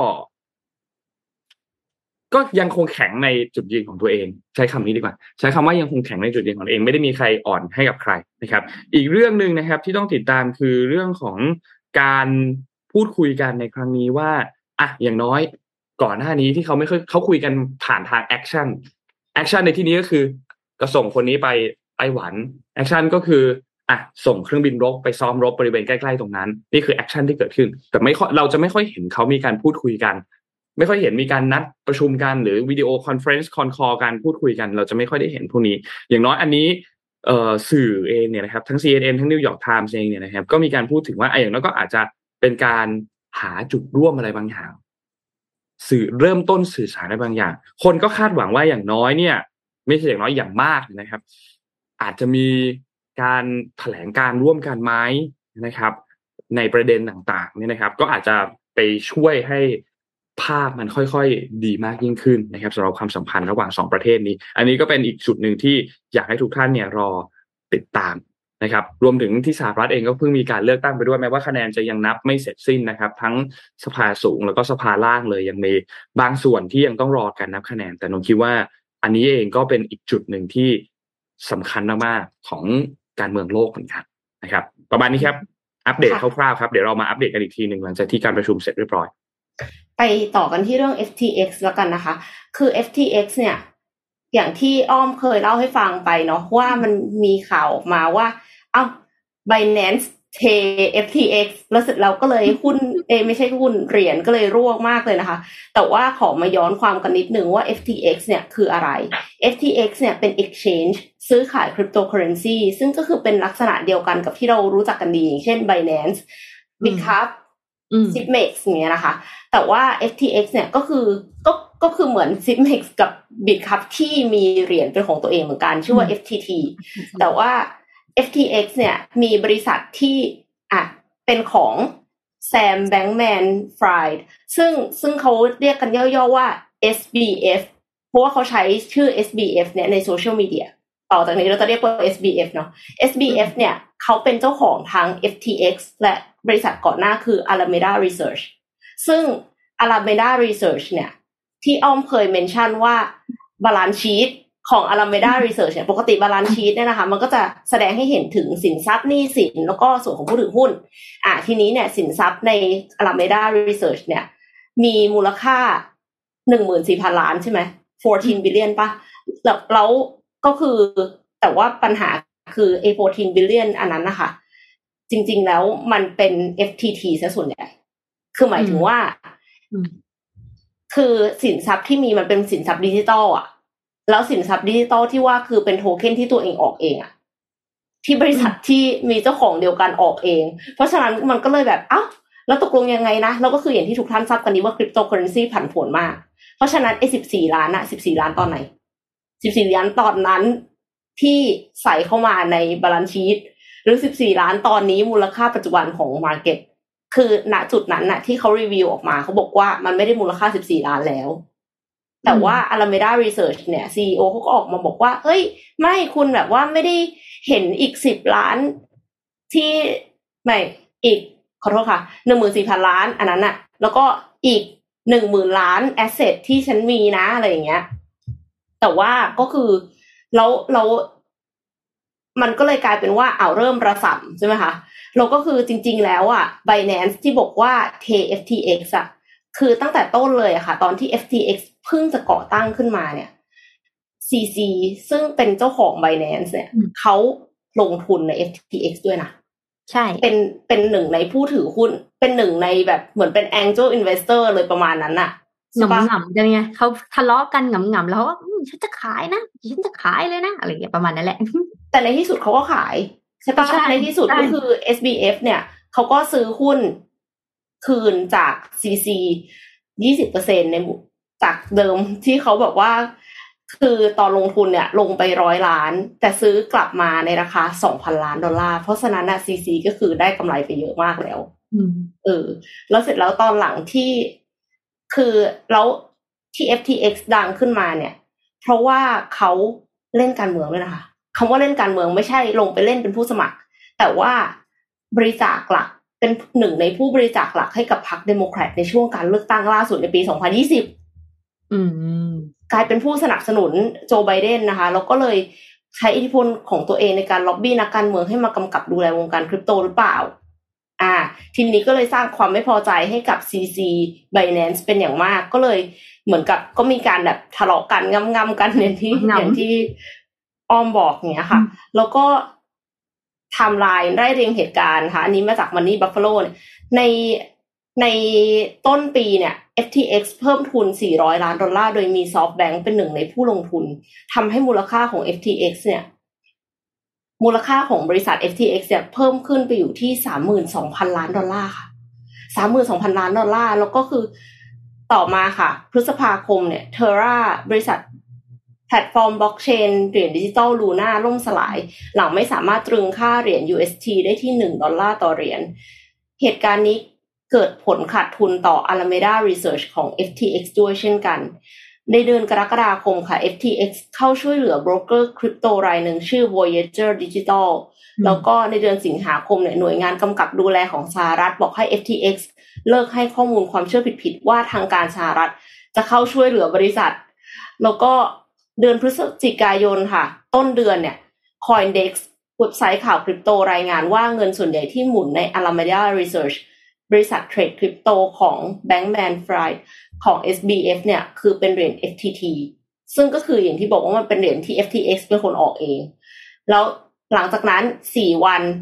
ก็ยังคงแข็งในจุดยืนของตัวเองใช้คำนี้ดีกว่าใช้คำว่ายังคงแข็งในจุดยืนของตัวเองไม่ได้มีใครอ่อนให้กับใครนะครับอีกเรื่องนึงนะครับที่ต้องติดตามคือเรื่องของการพูดคุยกันในครั้งนี้ว่าอ่ะอย่างน้อยก่อนหน้านี้ที่เขาไม่เคยเขาคุยกันผ่านทางแอคชั่นแอคชั่นในที่นี้ก็คือก็ส่งคนนี้ไปไต้หวันแอคชั่นก็คืออ่ะส่งเครื่องบินรบไปซ้อมรบบริเวณใกล้ๆตรงนั้นนี่คือแอคชั่นที่เกิดขึ้นแต่ไม่เราจะไม่ค่อยเห็นเขามีการพูดคุยกันไม่ค่อยเห็นมีการนัดประชุมกันหรือวิดีโอคอนเฟอเรนซ์คอนคอลกันพูดคุยกันเราจะไม่ค่อยได้เห็นพวกนี้อย่างน้อยอันนี้เอ่อสื่อเองเนี่ยนะครับทั้ง ซี เอ็น เอ็น ทั้ง New York Times เองเนี่ยนะครับก็มีการพูดถึงว่าไอ้อย่างน้อยก็อาจจะเป็นการหาจุดร่วมอะไรบางอย่างสื่อเริ่มต้นสื่อสารอะไรบางอย่างคนก็คาดหวังว่าอย่างน้อยเนี่ยไม่ใช่อย่างน้อยอย่างมากนะครับอาจจะมีการแถลงการร่วมกันไหมนะครับในประเด็นต่างๆเนี่ยนะครับก็อาจจะไปช่วยให้ภาพมันค่อยๆดีมากยิ่งขึ้นนะครับสำหรับความสัมพันธ์ระหว่างสองประเทศนี้อันนี้ก็เป็นอีกจุดหนึ่งที่อยากให้ทุกท่านเนี่ยรอติดตามนะครับรวมถึงที่สหรัฐเองก็เพิ่งมีการเลือกตั้งไปด้วยแม้ว่าคะแนนจะยังนับไม่เสร็จสิ้นนะครับทั้งสภาสูงแล้วก็สภาล่างเลยยังมีบางส่วนที่ยังต้องรอการนับคะแนนแต่ผมคิดว่าอันนี้เองก็เป็นอีกจุดหนึ่งที่สำคัญมากๆของการเมืองโลกเหมือนกันนะครับประมาณนี้ครับอัปเดตคร่าวๆครับเดี๋ยวเรามาอัปเดตกันอีกทีนึงหลังจากที่การประชุมเสร็จเรียบร้อยไปต่อกันที่เรื่อง เอฟ ที เอ็กซ์ แล้วกันนะคะคือ เอฟ ที เอ็กซ์ เนี่ยอย่างที่อ้อมเคยเล่าให้ฟังไปเนาะว่ามันมีข่าวออกมาว่าเอ้า Binance เท เอฟ ที เอ็กซ์ แล้วเสร็จแล้วก็เลยหุ้นเอไม่ใช่หุ้นเหรียญก็เลยร่วงมากเลยนะคะแต่ว่าขอมาย้อนความกันนิดนึงว่า เอฟ ที เอ็กซ์ เนี่ยคืออะไร เอฟ ที เอ็กซ์ เนี่ยเป็น exchange ซื้อขาย cryptocurrency ซึ่งก็คือเป็นลักษณะเดียวกันกับที่เรารู้จักกันดีอย่างเช่น Binance Bitcup Sipmex อย่างเงี้ยนะคะแต่ว่า เอฟ ที เอ็กซ์ เนี่ยก็คือก็ก็คือเหมือน Sipmex กับ Bitcup ที่มีเหรียญเป็นของตัวเองเหมือนกันชื่อว่า เอฟ ที ที แต่ว่าเอฟ ที เอ็กซ์ เนี่ยมีบริษัทที่อ่ะเป็นของ Sam Bankman-Fried ซึ่งซึ่งเขาเรียกกันย่อๆว่า เอส บี เอฟ เพราะว่าเขาใช้ชื่อ เอส บี เอฟ เนี่ยในโซเชียลมีเดียต่อจากนี้เราจะเรียกว่า เอส บี เอฟ เนาะ เอส บี เอฟ เนี่ยเขาเป็นเจ้าของทั้ง เอฟ ที เอ็กซ์ และบริษัทก่อนหน้าคือ Alameda Research ซึ่ง Alameda Research เนี่ยที่อ้อมเคยเมนชั่นว่า balance sheetของ Alameda Research เนี่ยปกติ balance sheet เนี่ยนะคะมันก็จะแสดงให้เห็นถึงสินทรัพย์หนี้สินแล้วก็ส่วนของผู้ถือหุ้นอ่ะทีนี้เนี่ยสินทรัพย์ใน Alameda Research เนี่ยมีมูลค่า หนึ่งหมื่นสี่พัน ล้านใช่ไหมสิบสี่ billion ป่ะแล้วแล้วก็คือแต่ว่าปัญหาคือไอ้สิบสี่ billion อันนั้นนะคะจริงๆแล้วมันเป็น เอฟ ที ที ซะส่วนใหญ่คือหมายถึงว่าคือสินทรัพย์ที่มีมันเป็นสินทรัพย์ดิจิตอลอ่ะแล้วสินทรัพย์ดิจิตอลที่ว่าคือเป็นโทเค็นที่ตัวเองออกเองอ่ะที่บริษัทที่มีเจ้าของเดียวกันออกเองเพราะฉะนั้นมันก็เลยแบบอ้าวแล้วตกลงยังไงนะแล้วก็คืออย่างที่ทุกท่านทราบกันนี้ว่าคริปโตเคอเรนซีผันผวนมากเพราะฉะนั้นไอ้สิบสี่ล้านน่ะสิบสี่ล้านตอนไหนสิบสี่ล้านตอนนั้นที่ใส่เข้ามาในบาลานซ์ชีทหรือสิบสี่ล้านตอนนี้มูลค่าปัจจุบันของ market คือณจุดนั้นน่ะที่เขารีวิวออกมาเขาบอกว่ามันไม่ได้มูลค่าสิบสี่ล้านแล้วแต่ว่า Alameda Research เนี่ย ซี อี โอ เขาก็ออกมาบอกว่าเฮ้ยไม่คุณแบบว่าไม่ได้เห็นอีกสิบล้านที่ไม่อีกขอโทษค่ะ หนึ่งหมื่นสี่พัน ล้านอันนั้นน่ะแล้วก็อีก หนึ่งหมื่น ล้านแอสเซทที่ฉันมีนะอะไรอย่างเงี้ยแต่ว่าก็คือแล้วแล้วมันก็เลยกลายเป็นว่าเอาเริ่มระส่ำใช่ไหมคะเราก็คือจริงๆแล้วอ่ะ Binance ที่บอกว่าเท เอฟ ที เอ็กซ์ อ่ะคือตั้งแต่ต้นเลยอะค่ะตอนที่ เอฟ ที เอ็กซ์ เพิ่งจะก่อตั้งขึ้นมาเนี่ย ซี ซี ซึ่งเป็นเจ้าของ Binance เนี่ยเขาลงทุนใน เอฟ ที เอ็กซ์ ด้วยนะใช่เป็นเป็นหนึ่งในผู้ถือหุ้นเป็นหนึ่งในแบบเหมือนเป็น Angel Investor เลยประมาณนั้นน่ะหงำๆกันไงเขาทะเลาะกันหงำๆแล้วฉันจะขายนะฉันจะขายเลยนะอะไรอย่างเงี้ยประมาณนั้นแหละแต่ในที่สุดเขาก็ขายใช่ปะในที่สุดก็คือ เอส บี เอฟ เนี่ยเขาก็ซื้อหุ้นคืนจาก ซี ซี ยี่สิบเปอร์เซ็นต์ ในจากเดิมที่เขาบอกว่าคือตอนลงทุนเนี่ยลงไปหนึ่งร้อยล้านแต่ซื้อกลับมาในราคา สองพัน ล้านดอลลาร์เพราะฉะนั้นน่ะ ซี ซี ก็คือได้กำไรไปเยอะมากแล้วเออแล้วเสร็จแล้วตอนหลังที่คือแล้วที่ เอฟ ที เอ็กซ์ ดังขึ้นมาเนี่ยเพราะว่าเขาเล่นการเมืองด้วยนะคะคำว่าเล่นการเมืองไม่ใช่ลงไปเล่นเป็นผู้สมัครแต่ว่าบริจาคหลักเป็นหนึ่งในผู้บริจาคหลักให้กับพรรคเดโมแครตในช่วงการเลือกตั้งล่าสุดในปีสองพันยี่สิบอืมกลายเป็นผู้สนับสนุนโจไบเดนนะคะแล้วก็เลยใช้อิทธิพลของตัวเองในการล็อบบี้นักการเมืองให้มากำกับดูแลวงการคริปโตหรือเปล่าอ่าทีนี้ก็เลยสร้างความไม่พอใจให้กับ ซี ซี Binance เป็นอย่างมากก็เลยเหมือนกับก็มีการแบบทะเลาะกันงำๆกันอย่างที่อย่างที่อ้อมบอกอย่างเงี้ยค่ะแล้วก็ไทม์ไลน์ไล่เรียงเหตุการณ์ค่ะอันนี้มาจาก Money Buffalo เนี่ยในในต้นปีเนี่ย เอฟ ที เอ็กซ์ เพิ่มทุนสี่ร้อยล้านดอลลาร์โดยมี SoftBank เป็นหนึ่งในผู้ลงทุนทำให้มูลค่าของ เอฟ ที เอ็กซ์ เนี่ยมูลค่าของบริษัท เอฟ ที เอ็กซ์ เนี่ยเพิ่มขึ้นไปอยู่ที่ สามหมื่นสองพัน ล้านดอลลาร์ค่ะ สามหมื่นสองพัน ล้านดอลลาร์แล้วก็คือต่อมาค่ะพฤษภาคมเนี่ย Terra บริษัทแพลตฟอร์มบล็อกเชนเหรียญดิจิตอลลูน่าล่มสลายหลังไม่สามารถตรึงค่าเหรียญ ยู เอส ที ได้ที่หนึ่งดอลลาร์ต่อเหรียญเหตุการณ์นี้เกิดผลขาดทุนต่อ Alameda Research ของ เอฟ ที เอ็กซ์ ด้วยเช่นกันในเดือนกรกฎาคมค่ะ เอฟ ที เอ็กซ์ เข้าช่วยเหลือโบรกเกอร์คริปโตรายหนึ่งชื่อ Voyager Digital แล้วก็ในเดือนสิงหาคมเนี่ยหน่วยงานกำกับดูแลของสหรัฐบอกให้ เอฟ ที เอ็กซ์ เลิกให้ข้อมูลความเชื่อผิดๆว่าทางการสหรัฐจะเข้าช่วยเหลือบริษัทแล้วก็เดือนพฤศจิกายนค่ะต้นเดือนเนี่ย CoinDesk เว็บไซต์ข่าวคริปโตรายงานว่าเงินส่วนใหญ่ที่หมุนใน Alameda Research บริษัทเทรดคริปโตของ Bankman-Fried ของ เอส บี เอฟ เนี่ยคือเป็นเหรียญ เอฟ ที ที ซึ่งก็คืออย่างที่บอกว่ามันเป็นเหรียญที่ เอฟ ที เอ็กซ์ เป็นคนออกเองแล้วหลังจากนั้นสี่วัน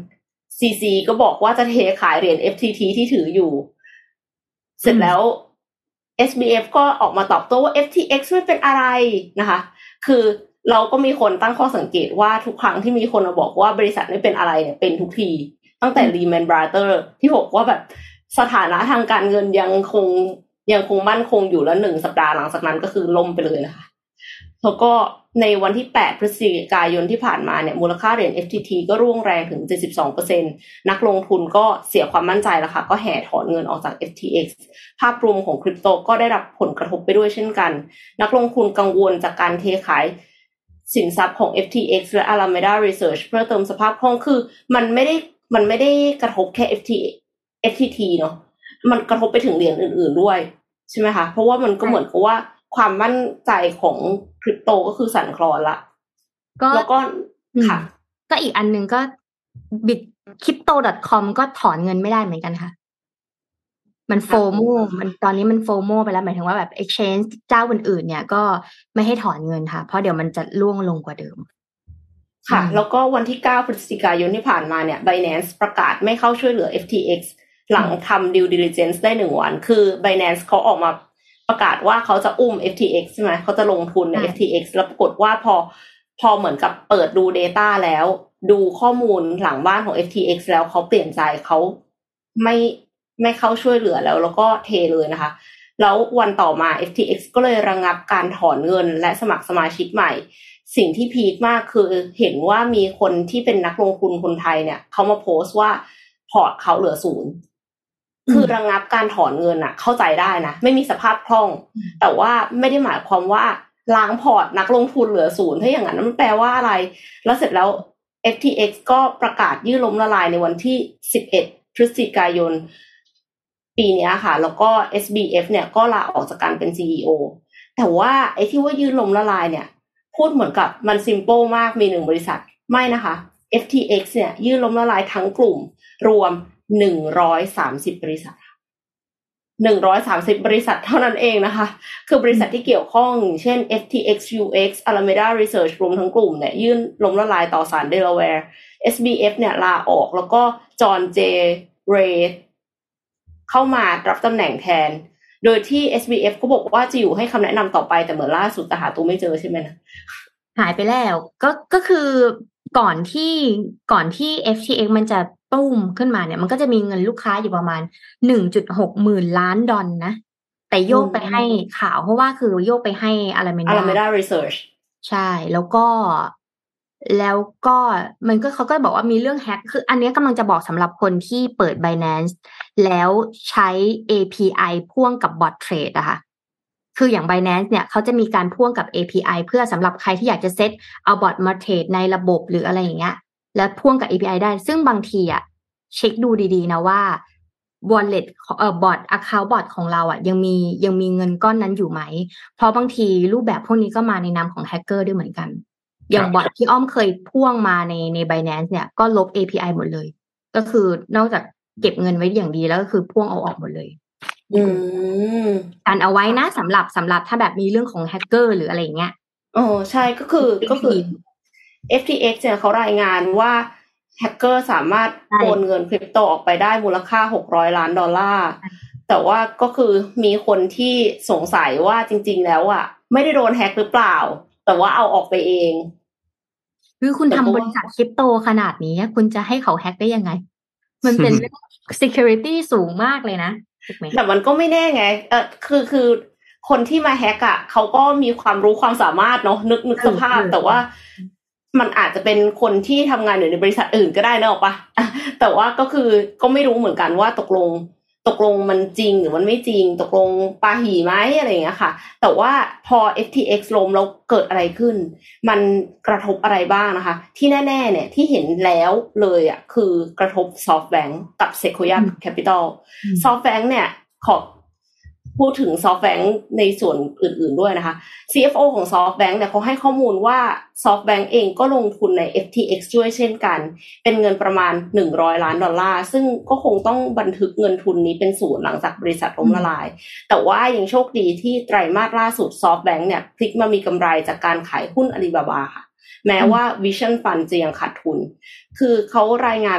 ซี ซี ก็บอกว่าจะเทขายเหรียญ เอฟ ที ที ที่ถืออยู่เสร็จแล้ว เอส บี เอฟ ก็ออกมาตอบโต้ว่า เอฟ ที เอ็กซ์ ไม่เป็นอะไรนะคะคือเราก็มีคนตั้งข้อสังเกตว่าทุกครั้งที่มีคนมาบอกว่าบริษัทไม่เป็นอะไรเนี่ยเป็นทุกทีตั้งแต่ Lehman Brothers ที่บอกว่าแบบสถานะทางการเงินยังคงยังคงมั่นคงอยู่แล้วหนึ่งสัปดาห์หลังจากนั้นก็คือล่มไปเลยนะคะแล้วก็ในวันที่แปดพฤศจิกายนที่ผ่านมาเนี่ยมูลค่าเหรียญ เอฟ ที ที ก็ร่วงแรงถึง เจ็ดสิบสองเปอร์เซ็นต์ นักลงทุนก็เสียความมั่นใจแล้วค่ะก็แห่ถอนเงินออกจาก เอฟ ที เอ็กซ์ ภาพรวมของคริปโตก็ได้รับผลกระทบไปด้วยเช่นกันนักลงทุนกังวลจากการเทขายสินทรัพย์ของ เอฟ ที เอ็กซ์ และ Alameda Research เพื่อเติมสภาพคล่องคือมันไม่ได้มันไม่ได้กระทบแค่ เอฟ ที เอฟ ที ที เนาะมันกระทบไปถึงเหรียญอื่นๆด้วยใช่ไหมคะเพราะว่ามันก็เหมือนกับว่าความมั่นใจของคริปโตก็คือสั่นคลอนละก็แล้วก็ค่ะก็อีกอันนึงก็ บิต คริปโต ดอท คอม ก็ถอนเงินไม่ได้เหมือนกันค่ะมันโฟโมมันตอนนี้มันโฟโมไปแล้วหมายถึงว่าแบบ exchange เจ้าอื่นๆเนี่ยก็ไม่ให้ถอนเงินค่ะเพราะเดี๋ยวมันจะร่วงลงกว่าเดิมค่ะแล้วก็วันที่เก้าพฤศจิกายนที่ผ่านมาเนี่ย Binance ประกาศไม่เข้าช่วยเหลือ เอฟ ที เอ็กซ์ หลังทำ due diligence ได้หนึ่งวันคือ Binance เขาออกมาประกาศว่าเขาจะอุ้ม เอฟ ที เอ็กซ์ ใช่ไหมเขาจะลงทุนใน เอฟ ที เอ็กซ์ แล้วปรากฏว่าพอพอเหมือนกับเปิดดู data แล้วดูข้อมูลหลังบ้านของ เอฟ ที เอ็กซ์ แล้วเขาเปลี่ยนใจเขาไม่ไม่เข้าช่วยเหลือแล้วแล้วก็เทเลยนะคะแล้ววันต่อมา เอฟ ที เอ็กซ์ ก็เลยระงับการถอนเงินและสมัครสมาชิกใหม่สิ่งที่พีคมากคือเห็นว่ามีคนที่เป็นนักลงทุนคนไทยเนี่ยเขามาโพสต์ว่าพอร์ตเขาเหลือศูนย์คือระงับการถอนเงินอะเข้าใจได้นะไม่มีสภาพคล่องแต่ว่าไม่ได้หมายความว่าล้างพอร์ตนักลงทุนเหลือศูนย์ถ้าอย่างนั้นมันแปลว่าอะไรแล้วเสร็จแล้ว เอฟ ที เอ็กซ์ ก็ประกาศยื่นล้มละลายในวันที่สิบเอ็ดพฤศจิกายนปีนี้ค่ะแล้วก็ เอส บี เอฟ เนี่ยก็ลาออกจากการเป็น ซี อี โอ แต่ว่าไอ้ที่ว่ายื่นล้มละลายเนี่ยพูดเหมือนกับมันซิมเปิลมากมีหนึ่งบริษัทไม่นะคะ เอฟ ที เอ็กซ์ เนี่ยยื่นล้มละลายทั้งกลุ่มรวมหนึ่งร้อยสามสิบบริษัทหนึ่งร้อยสามสิบบริษัทเท่านั้นเองนะคะคือบริษัทที่เกี่ยวข้องเช่น เอฟ ที เอ็กซ์ ยู เอ็กซ์ Alameda Research รวมทั้งกลุ่มเนี่ยยื่นล้มละลายต่อศาลเดลาแวร์ เอส บี เอฟ เนี่ยลาออกแล้วก็จอห์นเจเรย์เข้ามารับตำแหน่งแทนโดยที่ เอส บี เอฟ ก็บอกว่าจะอยู่ให้คำแนะนำต่อไปแต่เหมือนล่าสุดแต่หาตัวไม่เจอใช่ไหมนะหายไปแล้วก็ก็คือก่อนที่ก่อนที่ เอฟ ที เอ็กซ์ มันจะตุ้มขึ้นมาเนี่ยมันก็จะมีเงินลูกค้าอยู่ประมาณ หนึ่งจุดหก หมื่นล้านดอลนะแต่โยกไปให้ข่าวเพราะว่าคือโยกไปให้ Alameda Alameda Research ใช่แล้วก็แล้วก็มันก็เขาก็บอกว่ามีเรื่องแฮ็กคืออันนี้กำลังจะบอกสำหรับคนที่เปิด Binance แล้วใช้ เอ พี ไอ พ่วงกับบอทเทรดอะค่ะคืออย่าง Binance เนี่ยเขาจะมีการพ่วงกับ เอ พี ไอ เพื่อสำหรับใครที่อยากจะเซตเอาบอทมาเทรดในระบบหรืออะไรอย่างเงี้ยแล้วพ่วงกับ เอ พี ไอ ได้ซึ่งบางทีอะเช็คดูดีๆนะว่า wallet เอ่อบอท account บอทของเราอะยังมียังมีเงินก้อนนั้นอยู่ไหมเพราะบางทีรูปแบบพวกนี้ก็มาในนามของแฮกเกอร์ด้วยเหมือนกันอย่างบอทที่อ้อมเคยพ่วงมาในใน Binance เนี่ยก็ลบ เอ พี ไอ หมดเลยก็คือนอกจากเก็บเงินไว้อย่างดีแล้วก็คือพ่วงเอาออกหมดเลยอืมการเอาไว้นะสำหรับสำหรับถ้าแบบมีเรื่องของแฮกเกอร์หรืออะไรอย่างเงี้ยอ๋อใช่ก็คือก็คือ เอฟ ที เอ็กซ์ เนี่ยเขารายงานว่าแฮกเกอร์สามารถโอนเงินคริปโตออกไปได้มูลค่าหกร้อยล้านดอลลาร์แต่ว่าก็คือมีคนที่สงสัยว่าจริงๆแล้วอ่ะไม่ได้โดนแฮกหรือเปล่าแต่ว่าเอาออกไปเองคือคุณทำบริษัทคริปโตขนาดนี้คุณจะให้เขาแฮกได้ยังไงมันเป็นเรื่อง security สูงมากเลยนะแต่มันก็ไม่แน่ไงเออคือคือคนที่มาแฮกอ่ะเขาก็มีความรู้ความสามารถเนาะนึกนึกสภาพแต่ว่ามันอาจจะเป็นคนที่ทำงานอยู่ในบริษัทอื่นก็ได้นะออกปะแต่ว่าก็คือก็ไม่รู้เหมือนกันว่าตกลงตกลงมันจริงหรือมันไม่จริงตกลงปาหีไหมอะไรอย่างเงี้ยค่ะแต่ว่าพอ เอฟ ที เอ็กซ์ ล้มแล้วเกิดอะไรขึ้นมันกระทบอะไรบ้างนะคะที่แน่ๆเนี่ยที่เห็นแล้วเลยอ่ะคือกระทบ SoftBank กับ Sequoia Capital SoftBank เนี่ยขอพูดถึง SoftBank ในส่วนอื่นๆด้วยนะคะ ซี เอฟ โอ ของ SoftBank เนี่ยเขาให้ข้อมูลว่า SoftBank เองก็ลงทุนใน เอฟ ที เอ็กซ์ ด้วยเช่นกันเป็นเงินประมาณหนึ่งร้อยล้านดอลลาร์ซึ่งก็คงต้องบันทึกเงินทุนนี้เป็นศูนย์หลังจากบริษัทล้มละลายแต่ว่ายังโชคดีที่ไตรมาสล่าสุด SoftBank เนี่ยพลิกมามีกำไรจากการขายหุ้น Alibaba ค่ะแม้ว่า Vision Fund จะยังขาดทุนคือเขารายงาน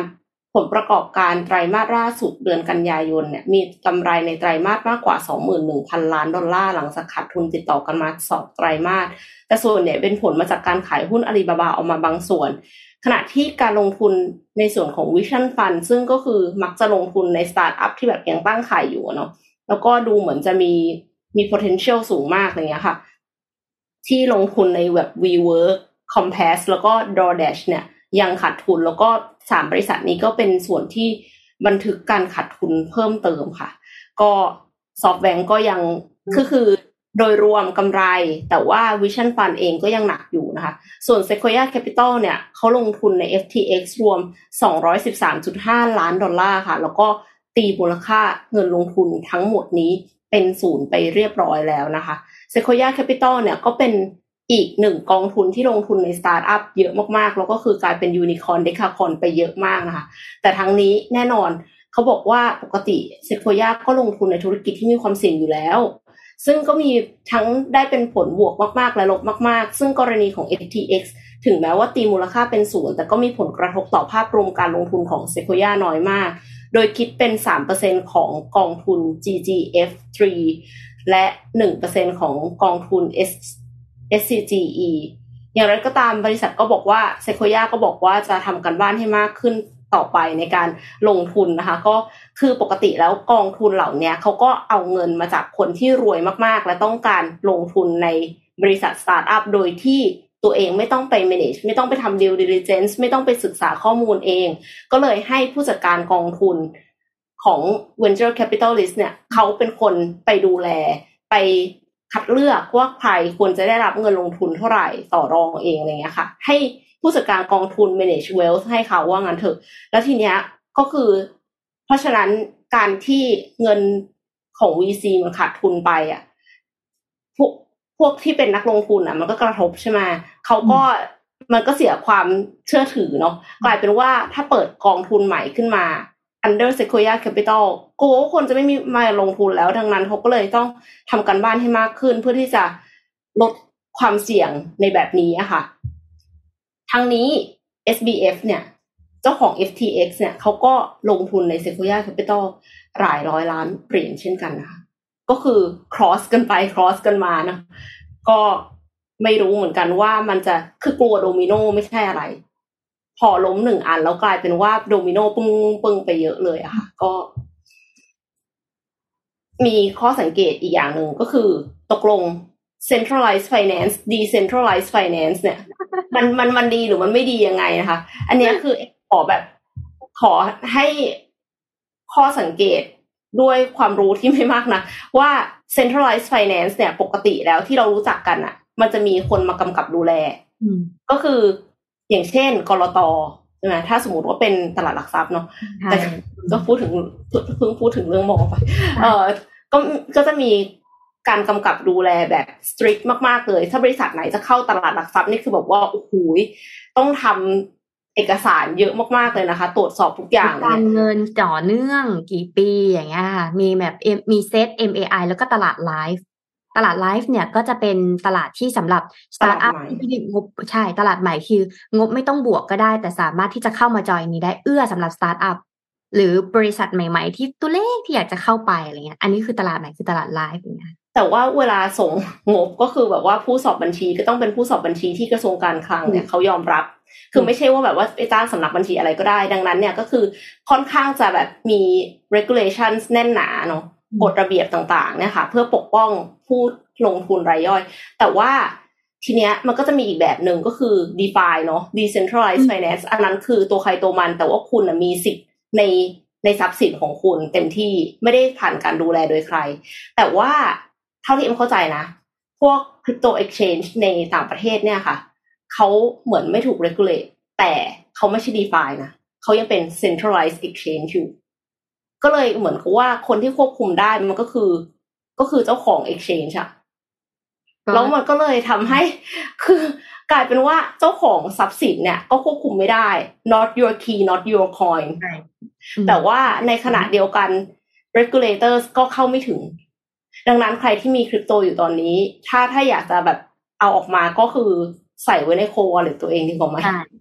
ผลประกอบการไตรมาสล่าสุดเดือนกันยายนเนี่ยมีกำไรในไตรมาสมากกว่า สองหมื่นหนึ่งพัน ล้านดอลลาร์หลังจากขาดทุนติดต่อกันมาสองไตรมาสแต่ส่วนเนี่ยเป็นผลมาจากการขายหุ้นอาลีบาบาออกมาบางส่วนขณะที่การลงทุนในส่วนของ Vision Fund ซึ่งก็คือมักจะลงทุนในสตาร์ทอัพที่แบบยังตั้งขายอยู่เนาะแล้วก็ดูเหมือนจะมีมี potential สูงมากอะไรเงี้ยค่ะที่ลงทุนในแบบ WeWork Compass แล้วก็ DoorDash เนี่ยยังขาดทุนแล้วก็สามบริษัทนี้ก็เป็นส่วนที่บันทึกการขาดทุนเพิ่มเติมค่ะก็ SoftBank ก็ยังคือคือโดยรวมกำไรแต่ว่า Vision Fund เองก็ยังหนักอยู่นะคะส่วน Sequoia Capital เนี่ยเขาลงทุนใน เอฟ ที เอ็กซ์ รวม สองร้อยสิบสามจุดห้า ล้านดอลลาร์ค่ะแล้วก็ตีมูลค่าเงินลงทุนทั้งหมดนี้เป็นศูนย์ไปเรียบร้อยแล้วนะคะ Sequoia Capital เนี่ยก็เป็นอีกหนึ่งกองทุนที่ลงทุนในสตาร์ทอัพเยอะมากๆแล้วก็คือกลายเป็นยูนิคอร์นเดคาคอนไปเยอะมากนะคะแต่ทั้งนี้แน่นอนเขาบอกว่าปกติ Sequoia ก็ลงทุนในธุรกิจที่มีความเสี่ยงอยู่แล้วซึ่งก็มีทั้งได้เป็นผลบวกมากๆและลบมากๆซึ่งกรณีของ เอฟ ที เอ็กซ์ ถึงแม้ว่าตีมูลค่าเป็นศูนย์แต่ก็มีผลกระทบต่อภาพรวมการลงทุนของ Sequoia น้อยมากโดยคิดเป็น สามเปอร์เซ็นต์ ของกองทุน จี จี เอฟ สาม และ หนึ่งเปอร์เซ็นต์ ของกองทุน S เอส ซี จี อี อย่างไรก็ตามบริษัทก็บอกว่า Sequoia ก็บอกว่าจะทำการบ้านให้มากขึ้นต่อไปในการลงทุนนะคะก็คือปกติแล้วกองทุนเหล่านี้เขาก็เอาเงินมาจากคนที่รวยมากๆและต้องการลงทุนในบริษัทสตาร์ทอัพโดยที่ตัวเองไม่ต้องไป manage ไม่ต้องไปทำ due diligence ไม่ต้องไปศึกษาข้อมูลเองก็เลยให้ผู้จัดการกองทุนของ venture capitalist เนี่ยเขาเป็นคนไปดูแลไปคัดเลือกว่าใครควรจะได้รับเงินลงทุนเท่าไหร่ต่อรองเองอะไรเงี้ยค่ะให้ผู้จัดการกองทุน manage wealth ให้เขาว่างั้นเถอะแล้วทีเนี้ยก็คือเพราะฉะนั้นการที่เงินของ วี ซี มันขาดทุนไปอ่ะพวกพวกที่เป็นนักลงทุนอ่ะมันก็กระทบใช่ไหมเขาก็มันก็เสียความเชื่อถือเนาะกลายเป็นว่าถ้าเปิดกองทุนใหม่ขึ้นมา under Sequoia Capital โก้คนจะไม่มีมาลงทุนแล้วดังนั้นเขาก็เลยต้องทำการบ้านให้มากขึ้นเพื่อที่จะลดความเสี่ยงในแบบนี้อะค่ะทั้งนี้ เอส บี เอฟ เนี่ยเจ้าของ เอฟ ที เอ็กซ์ เนี่ยเขาก็ลงทุนใน Sequoia Capital หลายร้อยล้านเหรียญเช่นกันนะคะก็คือ cross กันไป cross กันมานะก็ไม่รู้เหมือนกันว่ามันจะคือกลัวโดมิโนไม่ใช่อะไรพอล้มหนึ่งอันแล้วกลายเป็นว่าโดมิโนปึ้งปึ้งไปเยอะเลยอะค่ะก็มีข้อสังเกตอีกอย่างหนึ่งก็คือตกลง centralized finance decentralized finance เนี่ยมันมันมันดีหรือมันไม่ดียังไงนะคะอันนี้คือขอแบบขอให้ข้อสังเกตด้วยความรู้ที่ไม่มากนะว่า centralized finance เนี่ยปกติแล้วที่เรารู้จักกันอ่ะมันจะมีคนมากำกับดูแลก็คืออย่างเช่นกลต.ใช่ไหมถ้าสมมติว่าเป็นตลาดหลักทรัพย์เนาะแต่ก็พูดถึงเพิ่งพูดถึงเรื่องมอไปเออก็ก็จะมีการกำกับดูแลแบบ strict มากๆเลยถ้าบริษัทไหนจะเข้าตลาดหลักทรัพย์นี่คือแบบว่าโอ้โหต้องทำเอกสารเยอะมากๆเลยนะคะตรวจสอบทุกอย่างการเงินต่อเนื่องกี่ปีอย่างเงี้ยค่ะมีแบบมีเซต เอ็ม เอ ไอ แล้วก็ตลาดไลฟ์ตลาดไลฟ์เนี่ยก็จะเป็นตลาดที่สำหรับสตาร์ทอัพที่งบใช่ตลาดใหม่คืองบไม่ต้องบวกก็ได้แต่สามารถที่จะเข้ามาจอยนี้ได้เอื้อสำหรับสตาร์ทอัพหรือบริษัทใหม่ๆที่ตัวเลขที่อยากจะเข้าไปอะไรเงี้ยอันนี้คือตลาดไหนคือตลาดไลฟ์อย่างเงี้ยแต่ว่าเวลาส่งงบก็คือแบบว่าผู้สอบบัญชีก็ต้องเป็นผู้สอบบัญชีที่กระทรวงการคลังเนี่ยเขายอมรับคือไม่ใช่ว่าแบบว่าไปจ้างสำนักบัญชีอะไรก็ได้ดังนั้นเนี่ยก็คือค่อนข้างจะแบบมี regulations แน่นหนาเนาะกฎระเบียบต่างๆเนี่ยค่ะเพื่อปกป้องผู้ลงทุนรายย่อยแต่ว่าทีเนี้ยมันก็จะมีอีกแบบหนึ่งก็คือ DeFi เนาะ Decentralized Finance อันนั้นคือตัวใครตัวมันแต่ว่าคุณนะมีสิทธิ์ในในทรัพย์สินของคุณเต็มที่ไม่ได้ผ่านการดูแลโดยใครแต่ว่าเท่าที่เอ็มเข้าใจนะพวก Crypto Exchange ในต่างประเทศเนี่ยค่ะเขาเหมือนไม่ถูก regulate แต่เขาไม่ใช่ DeFi นะเขายังเป็น Centralized Exchange อยู่ก็เลยเหมือนกับว่าคนที่ควบคุมได้มันก็คือก็คือเจ้าของ exchange อะแล้วมันก็เลยทำให้คือกลายเป็นว่าเจ้าของทรัพย์สินเนี่ยก็ควบคุมไม่ได้ not your key not your coin แต่ว่าในขณะเดียวกัน regulators ก็เข้าไม่ถึงดังนั้นใครที่มีคริปโตอยู่ตอนนี้ถ้าถ้าอยากจะแบบเอาออกมาก็คือใส่ไว้ในโค wallet ตัวเองดีกว่าไหม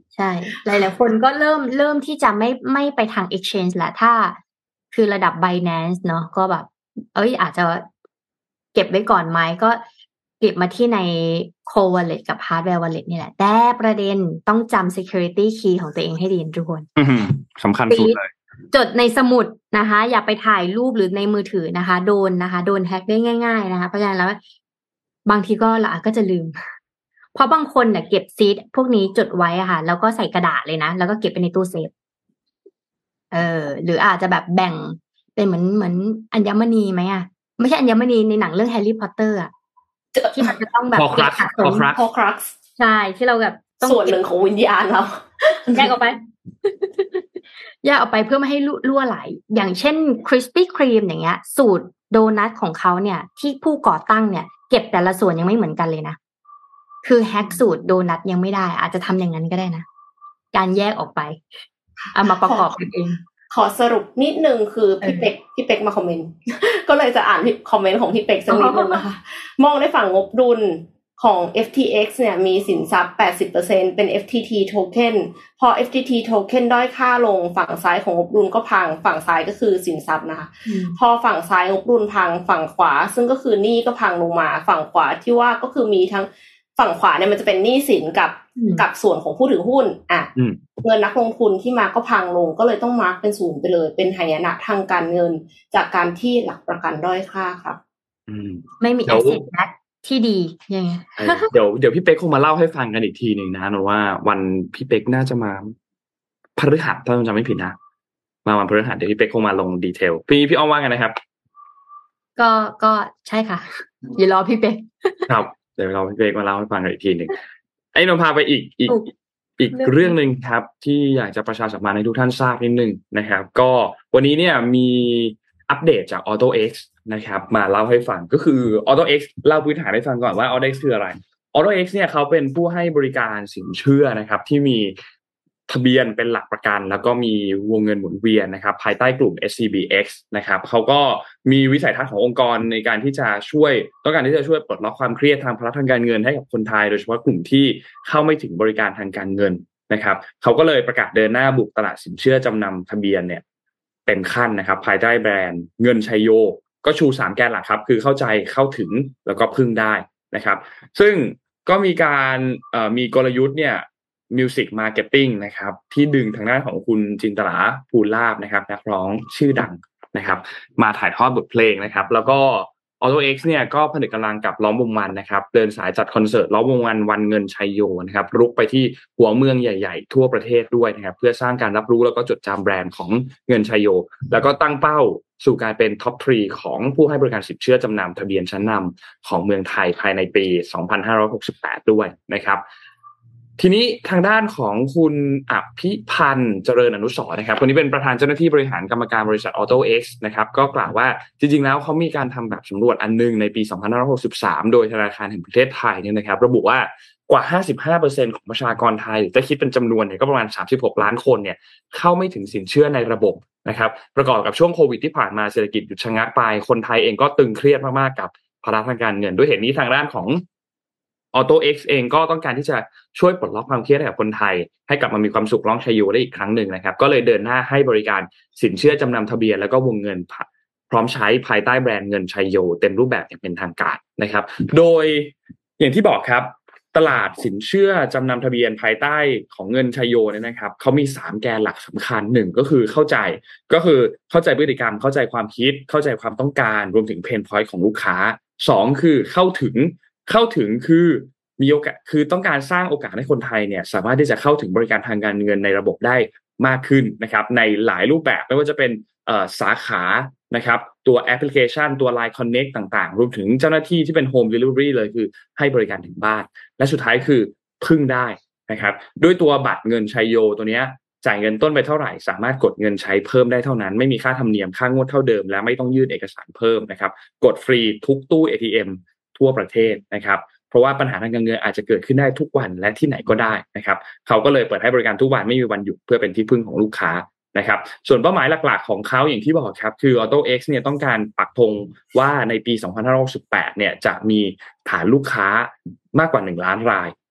ใช่หลายๆคนก็เริ่มเริ่มที่จะไม่ไม่ไปทาง exchange แล้วถ้าคือระดับ Binance เนาะก็แบบเอ้ยอาจจะเก็บไว้ก่อนไหมก็เก็บมาที่ใน cold wallet กับ hardware wallet นี่แหละแต่ประเด็นต้องจำ security key ของตัวเองให้ดีทุกคนสำคัญสุดเลยจดในสมุดนะคะอย่าไปถ่ายรูปหรือในมือถือนะคะโดนนะคะโดนแฮ็กได้ง่ายๆนะคะเพราะฉะนั้นแล้วบางทีก็เราก็จะลืมเพราะบางคนเนี่ยเก็บซีดพวกนี้จดไว้อะค่ะแล้วก็ใส่กระดาษเลยนะแล้วก็เก็บไปในตู้เซฟเออหรืออาจจะแบบแบ่งเป็นเหมือนเหมือนอัญมณีไหมอะไม่ใช่อัญมณีในหนังเรื่องแฮร์รี่พอตเตอร์อะที่มันจะต้องแบบเก็บสะสมพอครักใช่ที่เราแบบส่วนหนึ่งของวิญญาณเราแยกออกไปแยกออกไปเพื่อไม่ให้รั่วไหลอย่างเช่น Krispy Kreme อย่างเงี้ยสูตรโดนัทของเขาเนี่ยที่ผู้ก่อตั้งเนี่ยเก็บแต่ละส่วนยังไม่เหมือนกันเลยนะคือแฮกสูตรโดนัทยังไม่ได้อาจจะทำอย่างนั้นก็ได้นะการแยกออกไปเอามาประกอบกันเองขอสรุปนิดนึงคือพี่เป็กพี่เป็กมาคอมเมนต์ก็เลยจะอ่านคอมเมนต์ของพี่เป็กสักนิดนึงนะคะมองในฝั่งงบดุลของ เอฟ ที เอ็กซ์ เนี่ยมีสินทรัพย์ แปดสิบเปอร์เซ็นต์ เป็น เอฟ ที ที token พอ เอฟ ที ที token ด้อยค่าลงฝั่งซ้ายของงบดุลก็พังฝั่งซ้ายก็คือสินทรัพย์นะคะพอฝั่งซ้ายงบดุลพังฝั่งขวาซึ่งก็คือหนี้ก็พังลงมาฝั่งขวาที่ว่าก็คือมีทั้งฝั่งขวาเนี่ยมันจะเป็นหนี้สินกับกับส่วนของผู้ถือหุ้นอ่ะเงินนักลงทุนที่มาก็พังลงก็เลยต้องมาร์กเป็นศูนย์ไปเลยเป็นหายนะทางการเงินจากการที่หลักประกันด้อยค่าครับไม่มี asset back ที่ดียังไงเดี๋ยวเดี๋ยวพี่เป๊กคงมาเล่าให้ฟังกันอีกทีหนึ่งนะนะว่าวันพี่เป๊กน่าจะมาพฤหัสถ้าจำไม่ผิดนะมาวันพฤหัสเดี๋ยวพี่เป๊กคงมาลงดีเทลพี่พี่อ้อมว่าไงนะครับก็ก็ใช่ค่ะอย่ารอพี่เป๊กครับเดี๋ยวเราพี่เป๊กมาเล่าให้ฟังกันอีกทีหนึ่งไอ้นนพาไปอีกอีกอีกเรื่องนึงครับที่อยากจะประชาสัมพันธ์ให้ทุกท่านทราบนิดนึงนะครับก็วันนี้เนี่ยมีอัปเดตจาก AutoX นะครับมาเล่าให้ฟังก็คือ AutoX เล่าพื้นฐานให้ฟังก่อนว่า AutoX คืออะไร AutoX เนี่ยเขาเป็นผู้ให้บริการสินเชื่อนะครับที่มีทะเบียนเป็นหลักประกันแล้วก็มีวงเงินหมุนเวียนนะครับภายใต้กลุ่ม เอส ซี บี เอ็กซ์ นะครับเขาก็มีวิสัยทัศน์ขององค์กรในการที่จะช่วยต้องการที่จะช่วยปลดล็อกความเครียดทางภาระทางการเงินให้กับคนไทยโดยเฉพาะกลุ่มที่เข้าไม่ถึงบริการทางการเงินนะครับเขาก็เลยประกาศเดินหน้าบุกตลาดสินเชื่อจำนำทะเบียนเนี่ยเต็มขั้นนะครับภายใต้แบรนด์เงินชัยโยก็ชูสามแกนหลักครับคือเข้าใจเข้าถึงแล้วก็พึ่งได้นะครับซึ่งก็มีการเอ่อมีกลยุทธ์เนี่ยMusic Marketing นะครับที่ดึงทางด้านของคุณจินตลาภูลาภนะครับนักร้องชื่อดังนะครับมาถ่ายทอดบทเพลงนะครับแล้วก็ AutoX เนี่ยก็ผนึกกำลังกับล้อมวงมันนะครับเดินสายจัดคอนเสิร์ตล้อมวงมันวันเงินชัยโยนะครับรุกไปที่หัวเมืองใหญ่ๆทั่วประเทศด้วยนะครับเพื่อสร้างการรับรู้แล้วก็จดจำแบรนด์ของเงินชัยโยแล้วก็ตั้งเป้าสู่การเป็นท็อปสามของผู้ให้บริการสินเชื่อจำนำทะเบียนชั้นนำของเมืองไทยภายในปีสองพันห้าร้อยหกสิบแปดด้วยนะครับทีนี้ทางด้านของคุณอภิพันธ์เจริญอนุสรณ์นะครับคนนี้เป็นประธานเจ้าหน้าที่บริหารกรรมการบริษัท AutoX นะครับก็กล่าวว่าจริงๆแล้วเขามีการทำแบบสำรวจอันนึงในปีสองพันห้าร้อยหกสิบสามโดยธนาคารแห่งประเทศไทยเนี่ยนะครับระบุว่ากว่า ห้าสิบห้าเปอร์เซ็นต์ ของประชากรไทยถ้าคิดเป็นจำนวนเนี่ยก็ประมาณสามสิบหกล้านคนเนี่ยเข้าไม่ถึงสินเชื่อในระบบนะครับประกอบกับช่วงโควิดที่ผ่านมาเศรษฐกิจหยุดชะงักไปคนไทยเองก็ตึงเครียดมากๆกับภาระทางการเงินด้วยเหตุนี้ทางด้านของAutoX เองก็ต้องการที่จะช่วยปลดล็อกความเครียดให้กับคนไทยให้กลับมามีความสุขร้องชัยโยได้อีกครั้งหนึ่งนะครับก็เลยเดินหน้าให้บริการสินเชื่อจำนำทะเบียนแล้วก็วงเงินพร้อมใช้ภายใต้แบรนด์เงินชัยโยเต็มรูปแบบอย่างเป็นทางการนะครับโดยอย่างที่บอกครับตลาดสินเชื่อจำนำทะเบียนภายใต้ของเงินชัยโยเนี่ยนะครับเขามีสามแกนหลักสำคัญหนึ่งก็คือเข้าใจก็คือเข้าใจพฤติกรรมเข้าใจความคิดเข้าใจความต้องการรวมถึงเพนพอยต์ของลูกค้าสองคือเข้าถึงเข้าถึงคือมีโอกาสคือต้องการสร้างโอกาสให้คนไทยเนี่ยสามารถที่จะเข้าถึงบริการทางการเงินในระบบได้มากขึ้นนะครับในหลายรูปแบบไม่ว่าจะเป็นเอ่อสาขานะครับตัวแอปพลิเคชันตัว ไลน์ Connect ต่างๆรวมถึงเจ้าหน้าที่ที่เป็น Home Delivery เลยคือให้บริการถึงบ้านและสุดท้ายคือพึ่งได้นะครับด้วยตัวบัตรเงินชัยโยตัวเนี้ยจ่ายเงินต้นไปเท่าไหร่สามารถกดเงินใช้เพิ่มได้เท่านั้นไม่มีค่าธรรมเนียมค่างวดเท่าเดิมและไม่ต้องยื่นเอกสารเพิ่มนะครับกดฟรีทุกตู้ เอ ที เอ็ม ทั่วประเทศนะครับเพราะว่าปัญหาทางการเงินอาจจะเกิดขึ้นได้ทุกวันและที่ไหนก็ได้นะครับเขาก็เลยเปิดให้บริการทุกวันไม่มีวันหยุดเพื่อเป็นที่พึ่งของลูกค้านะครับส่วนเป้าหมายหลักๆของเขาอย่างที่บอกครับคือ AutoX เนี่ยต้องการปักธงว่าในปีสองพันห้าร้อยหกสิบแปดเนี่ยจะมีฐานลูกค้ามากกว่าหนึ่งล้านราย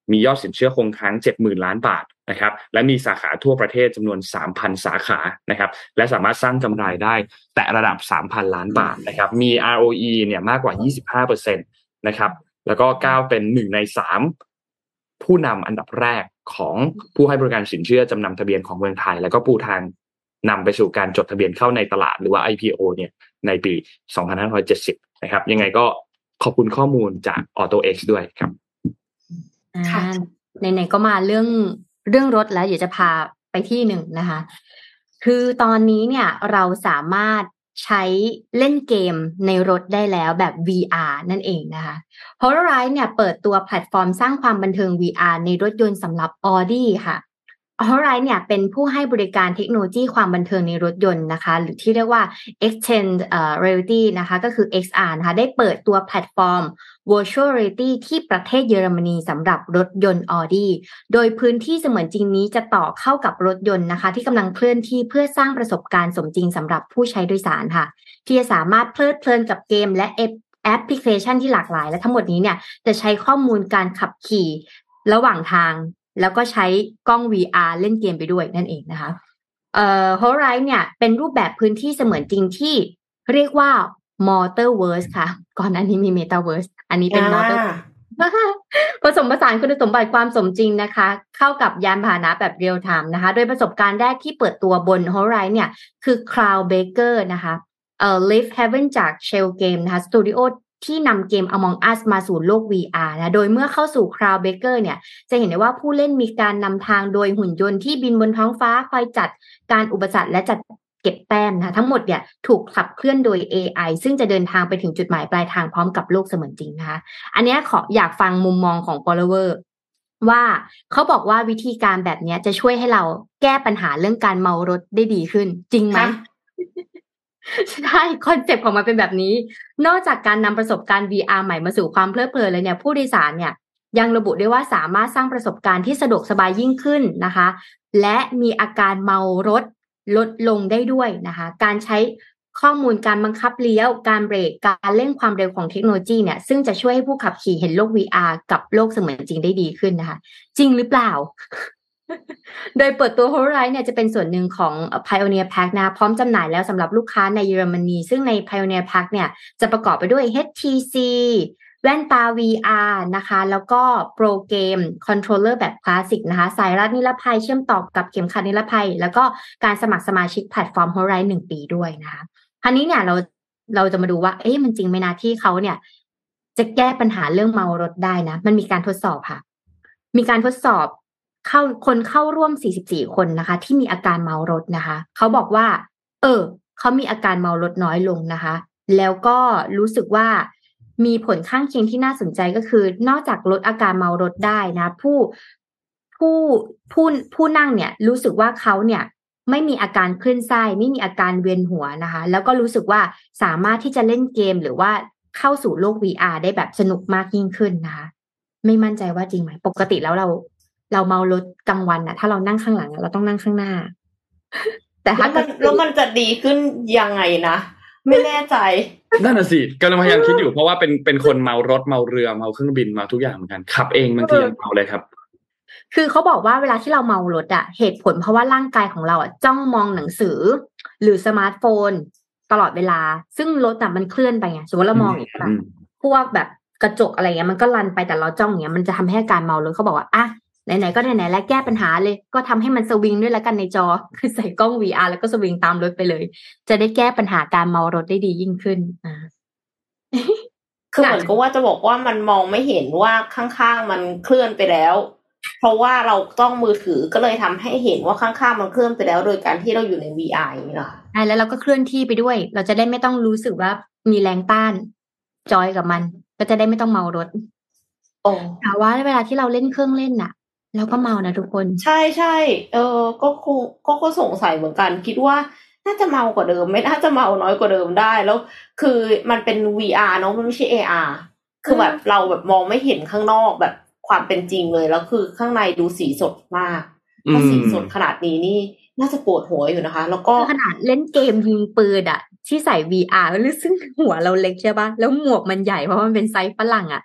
มียอดสินเชื่อคงค้าง เจ็ดหมื่น ล้านบาทนะครับและมีสาขาทั่วประเทศจำนวน สามพัน สาขานะครับและสามารถสร้างกำไรได้แต่ระดับ สามพัน ล้านบาทนะครับมี อาร์ โอ อี เนี่ยมากกว่า ยี่สิบห้าเปอร์เซ็นต์ นะครับแล้วก็ก้าวเป็นหนึ่งในสามผู้นำอันดับแรกของผู้ให้บริการสินเชื่อจำนำทะเบียนของเมืองไทยแล้วก็ปูทางนำไปสู่การจดทะเบียนเข้าในตลาดหรือว่า ไอ พี โอ เนี่ยในปีสองพันห้าร้อยเจ็ดสิบนะครับยังไงก็ขอบคุณข้อมูลจาก AutoX ด้วยครับอ่าไหนๆก็มาเรื่องเรื่องรถแล้วเดี๋ยวจะพาไปที่หนึ่งนะคะคือตอนนี้เนี่ยเราสามารถใช้เล่นเกมในรถได้แล้วแบบ วี อาร์ นั่นเองนะคะ Holoride เนี่ยเปิดตัวแพลตฟอร์มสร้างความบันเทิง วี อาร์ ในรถยนต์สำหรับ Audi ค่ะ Holoride เนี่ยเป็นผู้ให้บริการเทคโนโลยีความบันเทิงในรถยนต์นะคะหรือที่เรียกว่า Extended uh, Reality นะคะก็คือ เอ็กซ์ อาร์ นะคะได้เปิดตัวแพลตฟอร์ม Virtual Reality ที่ประเทศเยอรมนีสำหรับรถยนต์ Audi โดยพื้นที่เสมือนจริงนี้จะต่อเข้ากับรถยนต์นะคะที่กำลังเคลื่อนที่เพื่อสร้างประสบการณ์สมจริงสำหรับผู้ใช้โดยสารค่ะที่จะสามารถเพลิดเพลินกับเกมและแอปพลิเคชันที่หลากหลายและทั้งหมดนี้เนี่ยจะใช้ข้อมูลการขับขี่ระหว่างทางแล้วก็ใช้กล้อง วี อาร์ เล่นเกมไปด้วยนั่นเองนะคะเอ่อ Holoride เนี่ยเป็นรูปแบบพื้นที่เสมือนจริงที่เรียกว่า Motorverse ค่ะก่อนหน้านี้มี Metaverse อันนี้เป็น Motor ผสมผสานคุณสมบัติความสมจริงนะคะเข้ากับยานพาหนะแบบเรียลไทม์นะคะโดยประสบการณ์แรกที่เปิดตัวบน Holoride เนี่ยคือ Cloudbreaker นะคะเอ่อ Live Heaven จาก Shell Game นะคะสตูดิโอที่นำเกม Among Us มาสู่โลก วี อาร์ นะโดยเมื่อเข้าสู่ Cloudbreaker เนี่ยจะเห็นได้ว่าผู้เล่นมีการนำทางโดยหุ่นยนต์ที่บินบนท้องฟ้าคอยจัดการอุปสรรคและจัดเก็บแต้มนะคะทั้งหมดเนี่ยถูกขับเคลื่อนโดย เอ ไอ ซึ่งจะเดินทางไปถึงจุดหมายปลายทางพร้อมกับโลกเสมือนจริงนะคะอันนี้ขออยากฟังมุมมองของ follower ว่าเขาบอกว่าวิธีการแบบนี้จะช่วยให้เราแก้ปัญหาเรื่องการเมารถได้ดีขึ้นจริงไหม ใช่คอนเซ็ปต์ของมันเป็นแบบนี้นอกจากการนำประสบการณ์ วี อาร์ ใหม่มาสู่ความเพลิดเพลินเลยเนี่ยผู้โดยสารเนี่ยยังระบุได้ว่าสามารถสร้างประสบการณ์ที่สะดวกสบายยิ่งขึ้นนะคะและมีอาการเมารถลดลงได้ด้วยนะคะการใช้ข้อมูลการบังคับเลี้ยวการเบรกการเร่งความเร็วของเทคโนโลยีเนี่ยซึ่งจะช่วยให้ผู้ขับขี่เห็นโลก วี อาร์ กับโลกเสมือนจริงได้ดีขึ้นนะคะจริงหรือเปล่า โดยเปิดตัว Holoride เนี่ยจะเป็นส่วนหนึ่งของ Pioneer Pack นะพร้อมจำหน่ายแล้วสำหรับลูกค้าในเยอรมนีซึ่งใน Pioneer Pack เนี่ยจะประกอบไปด้วย เอช ที ซี แว่นตา วี อาร์ นะคะแล้วก็โปรเกมคอนโทรลเลอร์แบบคลาสสิกนะคะสายรัดนิรภัยเชื่อมต่อกับเข็มขัดนิรภัยแล้วก็การสมัครสมาชิกแพลตฟอร์ม Holoride หนึ่งปีด้วยนะคะคราวนี้เนี่ยเราเราจะมาดูว่าเอ๊ะมันจริงไหมนะที่เขาเนี่ยจะแก้ปัญหาเรื่องเมารถได้นะมันมีการทดสอบค่ะมีการทดสอบเข้าคนเข้าร่วมสี่สิบสี่คนนะคะที่มีอาการเมารถนะคะเขาบอกว่าเออเขามีอาการเมารถน้อยลงนะคะแล้วก็รู้สึกว่ามีผลข้างเคียงที่น่าสนใจก็คือนอกจากลดอาการเมารถได้นะผู้ผู้ผู้ผู้นั่งเนี่ยรู้สึกว่าเขาเนี่ยไม่มีอาการคลื่นไส้ไม่มีอาการเวียนหัวนะคะแล้วก็รู้สึกว่าสามารถที่จะเล่นเกมหรือว่าเข้าสู่โลก วี อาร์ ได้แบบสนุกมากยิ่งขึ้นนะคะไม่มั่นใจว่าจริงไหมปกติแล้วเราเราเมารถกลางวันน่ะถ้าเรานั่งข้างหลังเราต้องนั่งข้างหน้าแต่ถ้ามันแล้วมันจะดีขึ้นยังไงนะไม่แน่ใจนั่นน่ะสิกำลังพยายามคิดอยู่เพราะว่าเป็นเป็นคนเมารถเมาเรือเมาเครื่องบินเมาทุกอย่างเหมือนกันขับเองบางทียังเมาเลยครับคือเขาบอกว่าเวลาที่เราเมารถอะเหตุผลเพราะว่าร่างกายของเราอะจ้องมองหนังสือหรือสมาร์ทโฟนตลอดเวลาซึ่งรถอะมันเคลื่อนไปไงสมมติเรามองอย่างนี้แบบพวกแบบกระจกอะไรเงี้ยมันก็ลันไปแต่เราจ้องอย่างเงี้ยมันจะทำให้การเมารถเขาบอกว่าอ่ะไหนๆก็ไหนๆแล้วแก้ปัญหาเลยก็ทำให้มันสวิงด้วยแล้วกันในจอคือใส่กล้อง วี อาร์ แล้วก็สวิงตามรถไปเลยจะได้แก้ปัญหาการเมารถได้ดียิ่งขึ้นอ่าคือเหมือนกับว่าจะบอกว่ามันมองไม่เห็นว่าข้างๆมันเคลื่อนไปแล้วเพราะว่าเราต้องมือถือก็เลยทำให้เห็นว่าข้างๆมันเคลื่อนไปแล้วโดยการที่เราอยู่ใน วี อาร์ อย่างนี้เหรอใช่แล้วเราก็เคลื่อนที่ไปด้วยเราจะได้ไม่ต้องรู้สึกว่ามีแรงต้านจอยกับมันก็จะได้ไม่ต้องเมารถโอ้แต่ว่าเวลาที่เราเล่นเครื่องเล่นน่ะแล้วก็เมานะทุกคนใช่ใช่เออก็คงก็ก็สงสัยเหมือนกันคิดว่าน่าจะเมากว่าเดิมไม่น่าจะเมาน้อยกว่าเดิมได้แล้วคือมันเป็น วี อาร์ เนาะมันไม่ใช่ เอ อาร์ คือแบบเราแบบมองไม่เห็นข้างนอกแบบความเป็นจริงเลยแล้วคือข้างในดูสีสดมากถ้าสีสดขนาดนี้นี่น่าจะปวดหัวอยู่นะคะแล้วก็ขนาดเล่นเกมยิงปืนอะที่ใส่ วี อาร์ แล้วซึ่งหัวเราเล็กใช่ป่ะแล้วหมวกมันใหญ่เพราะมันเป็นไซส์ฝรั่งอะ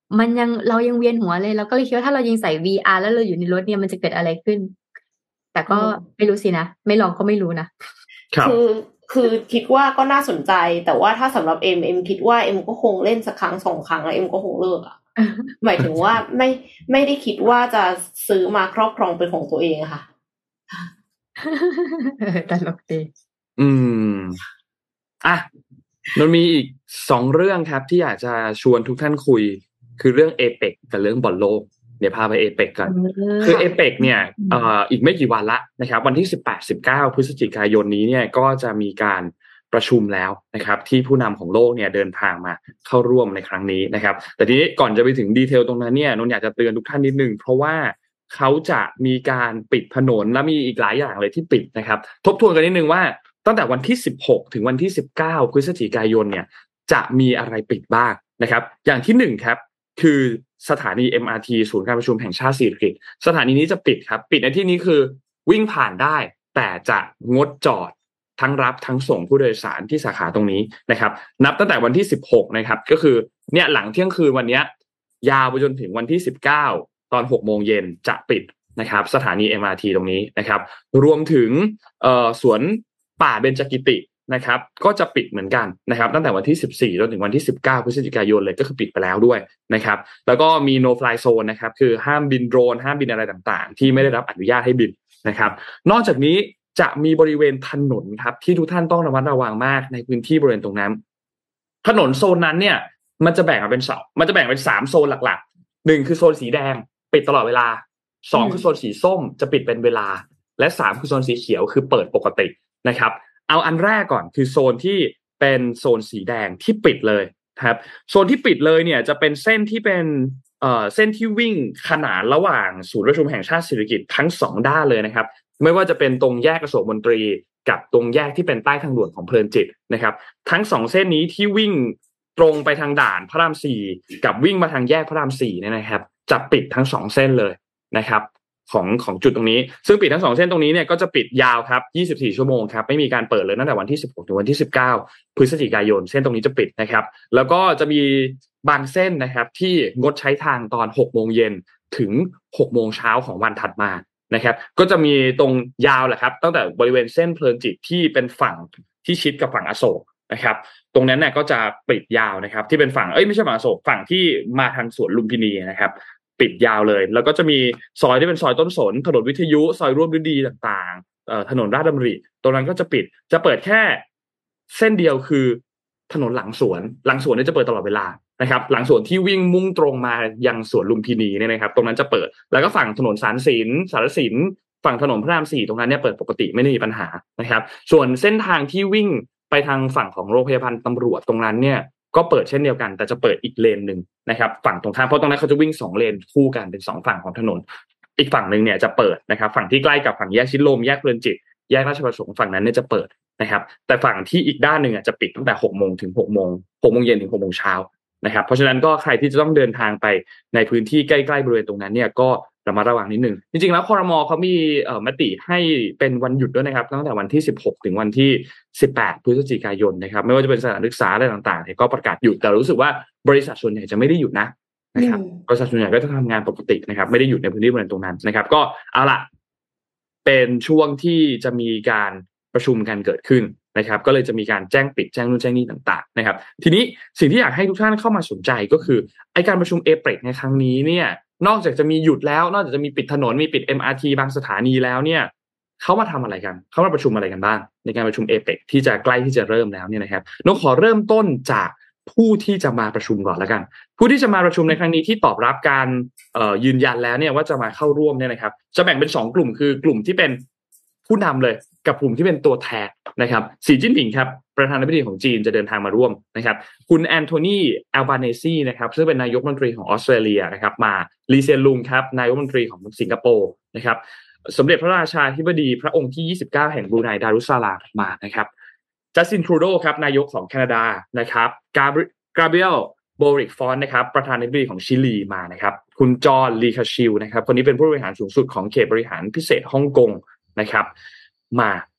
มันยังเรายังเวียนหัวเลยเราก็เลยคิดว่าถ้าเรายิงใส่ วี อาร์ แล้วเราอยู่ในรถเนี่ยมันจะเกิดอะไรขึ้นแต่ก็ไม่รู้สินะไม่ลองก็ไม่รู้นะคือคือคิดว่าก็น่าสนใจแต่ว่าถ้าสำหรับเอ็มเอ็มคิดว่าเอ็มก็คงเล่นสักครั้งสองครั้งแล้วเอ็มก็คงเลิกอ่ะ หมายถึงว่าไม่ไม่ได้คิดว่าจะซื้อมาครอบครองเป็นของตัวเองค่ะตลกดีอืมอ่ะมันมีอีกสองเรื่องครับที่อยากจะชวนทุกท่านคุยคือเรื่องเอเปกกับเรื่องบอลโลกเดี๋ยวพาไปเอเปกกันคือเอเปกเนี่ยเอ่ออีกไม่กี่วันละนะครับวันที่ สิบแปด สิบเก้า พฤศจิกายนนี้เนี่ยก็จะมีการประชุมแล้วนะครับที่ผู้นำของโลกเนี่ยเดินทางมาเข้าร่วมในครั้งนี้นะครับแต่ทีนี้ก่อนจะไปถึงดีเทลตรงนั้นเนี่ยนนท์อยากจะเตือนทุกท่านนิดนึงเพราะว่าเขาจะมีการปิดถนนและมีอีกหลายอย่างเลยที่ปิดนะครับทบทวนกันนิดนึงว่าตั้งแต่วันที่สิบหกถึงวันที่สิบเก้าพฤศจิกายนเนี่ยจะมีอะไรปิดบ้างนะครับอย่างที่หนึ่งครับคือสถานี เอ็ม อาร์ ที ศูนย์การประชุมแห่งชาติสิริกิติ์สถานีนี้จะปิดครับปิดในที่นี้คือวิ่งผ่านได้แต่จะงดจอดทั้งรับทั้งส่งผู้โดยสารที่สาขาตรงนี้นะครับนับตั้งแต่วันที่สิบหกนะครับก็คือเนี่ยหลังเที่ยงคืนวันนี้ยาวไปจนถึงวันที่สิบเก้าตอนหกโมงเย็นจะปิดนะครับสถานี เอ็ม อาร์ ที ตรงนี้นะครับรวมถึงเอ่อสวนป่าเบญจกิตินะครับก็จะปิดเหมือนกันนะครับตั้งแต่วันที่สิบสี่จนถึงวันที่สิบเก้าพฤศจิกายนเลยก็คือปิดไปแล้วด้วยนะครับแล้วก็มี no fly zone นะครับคือห้ามบินโดรนห้ามบินอะไรต่างๆที่ไม่ได้รับอนุญาตให้บินนะครับนอกจากนี้จะมีบริเวณถนนครับที่ทุกท่านต้องระมัดระวังมากในพื้นที่บริเวณตรงนั้นถนนโซนนั้นเนี่ยมันจะแบ่งออกเป็นสองมันจะแบ่งเป็นสามโซนหลักๆหนึ่งคือโซนสีแดงปิดตลอดเวลาสองคือโซนสีส้มจะปิดเป็นเวลาและสามคือโซนสีเขียวคือเปิดปกตินะครับเอาอันแรกก่อนคือโซนที่เป็นโซนสีแดงที่ปิดเลยครับโซนที่ปิดเลยเนี่ยจะเป็นเส้นที่เป็นเอ่อเส้นที่วิ่งขนานระหว่างศูนย์ประชุมแห่งชาติสิริกิติ์ทั้งสองด้านเลยนะครับไม่ว่าจะเป็นตรงแยกอโศกมนตรีกับตรงแยกที่เป็นใต้ทางด่วนของเพลินจิตนะครับทั้งสองเส้นนี้ที่วิ่งตรงไปทางด่านพระรามสี่กับวิ่งมาทางแยกพระรามสี่เนี่ยนะครับจะปิดทั้งสองเส้นเลยนะครับของของจุดตรงนี้ซึ่งปิดทั้งสองเส้นตรงนี้เนี่ยก็จะปิดยาวครับยี่สิบสี่ชั่วโมงครับไม่มีการเปิดเลยตั้งแต่วันที่สิบหกถึงวันที่สิบเก้าพฤศจิกายนเส้นตรงนี้จะปิดนะครับแล้วก็จะมีบางเส้นนะครับที่งดใช้ทางตอนหกโมงเย็นถึงหกโมงเช้าของวันถัดมานะครับก็จะมีตรงยาวแหละครับตั้งแต่บริเวณเส้นเพลินจิตที่เป็นฝั่งที่ชิดกับฝั่งอโศกนะครับตรงนั้นเนี่ยก็จะปิดยาวนะครับที่เป็นฝั่งเอ้ยไม่ใช่ฝั่งอโศกฝั่งที่มาทางสวนลุมพินีนะครับปิดยาวเลยแล้วก็จะมีซอยที่เป็นซอยต้นสนถนนวิทยุซอยร่วมฤดีต่างๆเอ่อถนนราชดำริตรงนั้นก็จะปิดจะเปิดแค่เส้นเดียวคือถนนหลังสวนหลังสวนเนี่ยจะเปิดตลอดเวลานะครับหลังสวนที่วิ่งมุ่งตรงมายังสวนลุมพินีเนี่ยนะครับตรงนั้นจะเปิดแล้วก็ฝั่งถนนสารสินสารสินฝั่งถนนพระรามสี่ตรงนั้นเนี่ยเปิดปกติไม่ได้มีปัญหานะครับส่วนเส้นทางที่วิ่งไปทางฝั่งของโรงพยาบาลตำรวจตรงนั้นเนี่ยก็เปิดเช่นเดียวกันแต่จะเปิดอีกเลนนึงนะครับฝั่งตรงข้ามเพราะตรงนั้นเขาจะวิ่งสองเลนคู่กันเป็นสองฝั่งของถนนอีกฝั่งนึงเนี่ยจะเปิดนะครับฝั่งที่ใกล้กับฝั่งแยกชิดลมแยกเพลินจิตแยกราชประสงค์ฝั่งนั้นเนี่ยจะเปิดนะครับแต่ฝั่งที่อีกด้านนึงอ่ะจะปิดตั้งแต่หกโมงถึงหกโมงหกโมงเย็นถึงหกโมงเช้านะครับเพราะฉะนั้นก็ใครที่จะต้องเดินทางไปในพื้นที่ใกล้ๆบริเวณตรงนั้นเนี่ยก็ระมัดระวังนิดนึงจริงๆแล้วครม.เขามีเอ่อมติให้เป็นวันหยุดด้วยนะครับตั้งแต่วันที่สิบหกถึงวันที่สิบแปดพฤศจิกายนนะครับไม่ว่าจะเป็นสถานศึกษาอะไรต่างๆเนี่ยก็ประกาศหยุดแต่รู้สึกว่าบริษัทส่วนใหญ่จะไม่ได้หยุดนะนะครับบริษัทส่วนใหญ่ก็จะทำงานปกตินะครับไม่ได้หยุดในพื้นที่บริเวณตรงนั้นนะครับก็เอาล่ะเป็นช่วงที่จะมีการประชุมกันเกิดขึ้นนะครับก็เลยจะมีการแจ้งปิดแจ้งนู่นแจ้งนี่ต่างๆนะครับทีนี้สิ่งที่อยากให้ทุกท่านเข้ามาสนใจก็คือไอ้การประชุมเอเปกในครั้งนี้เนี่ยนอกจากจะมีหยุดแล้วนอกจากจะมีปิดถนนมีปิด เอ็ม อาร์ ที บางสถานีแล้วเนี่ยเขามาทำอะไรกันเขามาประชุมอะไรกันบ้างในการประชุมเอเปกที่จะใกล้ที่จะเริ่มแล้วเนี่ยนะครับน้องขอเริ่มต้นจากผู้ที่จะมาประชุมก่อนแล้วกันผู้ที่จะมาประชุมในครั้งนี้ที่ตอบรับการเอ่อยืนยันแล้วเนี่ยว่าจะมาเข้าร่วมเนี่ยนะครับจะแบ่งเป็นสองกลุ่มคือกลุ่มที่เป็นผู้นำเลยกับกลุ่มที่เป็นตัวแทนนะครับสีจิ้นผิงครับประธานาธิบดีของจีนจะเดินทางมาร่วมนะครับคุณแอนโทนีแอลบาเนซีนะครับซึ่งเป็นนายกรัฐมนตรีของออสเตรเลียนะครับมาลีเซียนลุงครับนายกรัฐมนตรีของสิงคโปร์นะครับสมเด็จพระราชาธิบดีพระองค์ที่ยี่สิบเก้าแห่งบรูไนดารุสซาลามมานะครับจัสตินทรูโดครับนายกของแคนาดานะครับกาเบรียลโบริกฟอนนะครับประธานาธิบดีของชิลีมานะครับคุณจอห์นลีคาชิลนะครับคนนี้เป็นผู้บริหารสูงสุดของเขตบริหารพิเศษฮ่องกงนะครับมา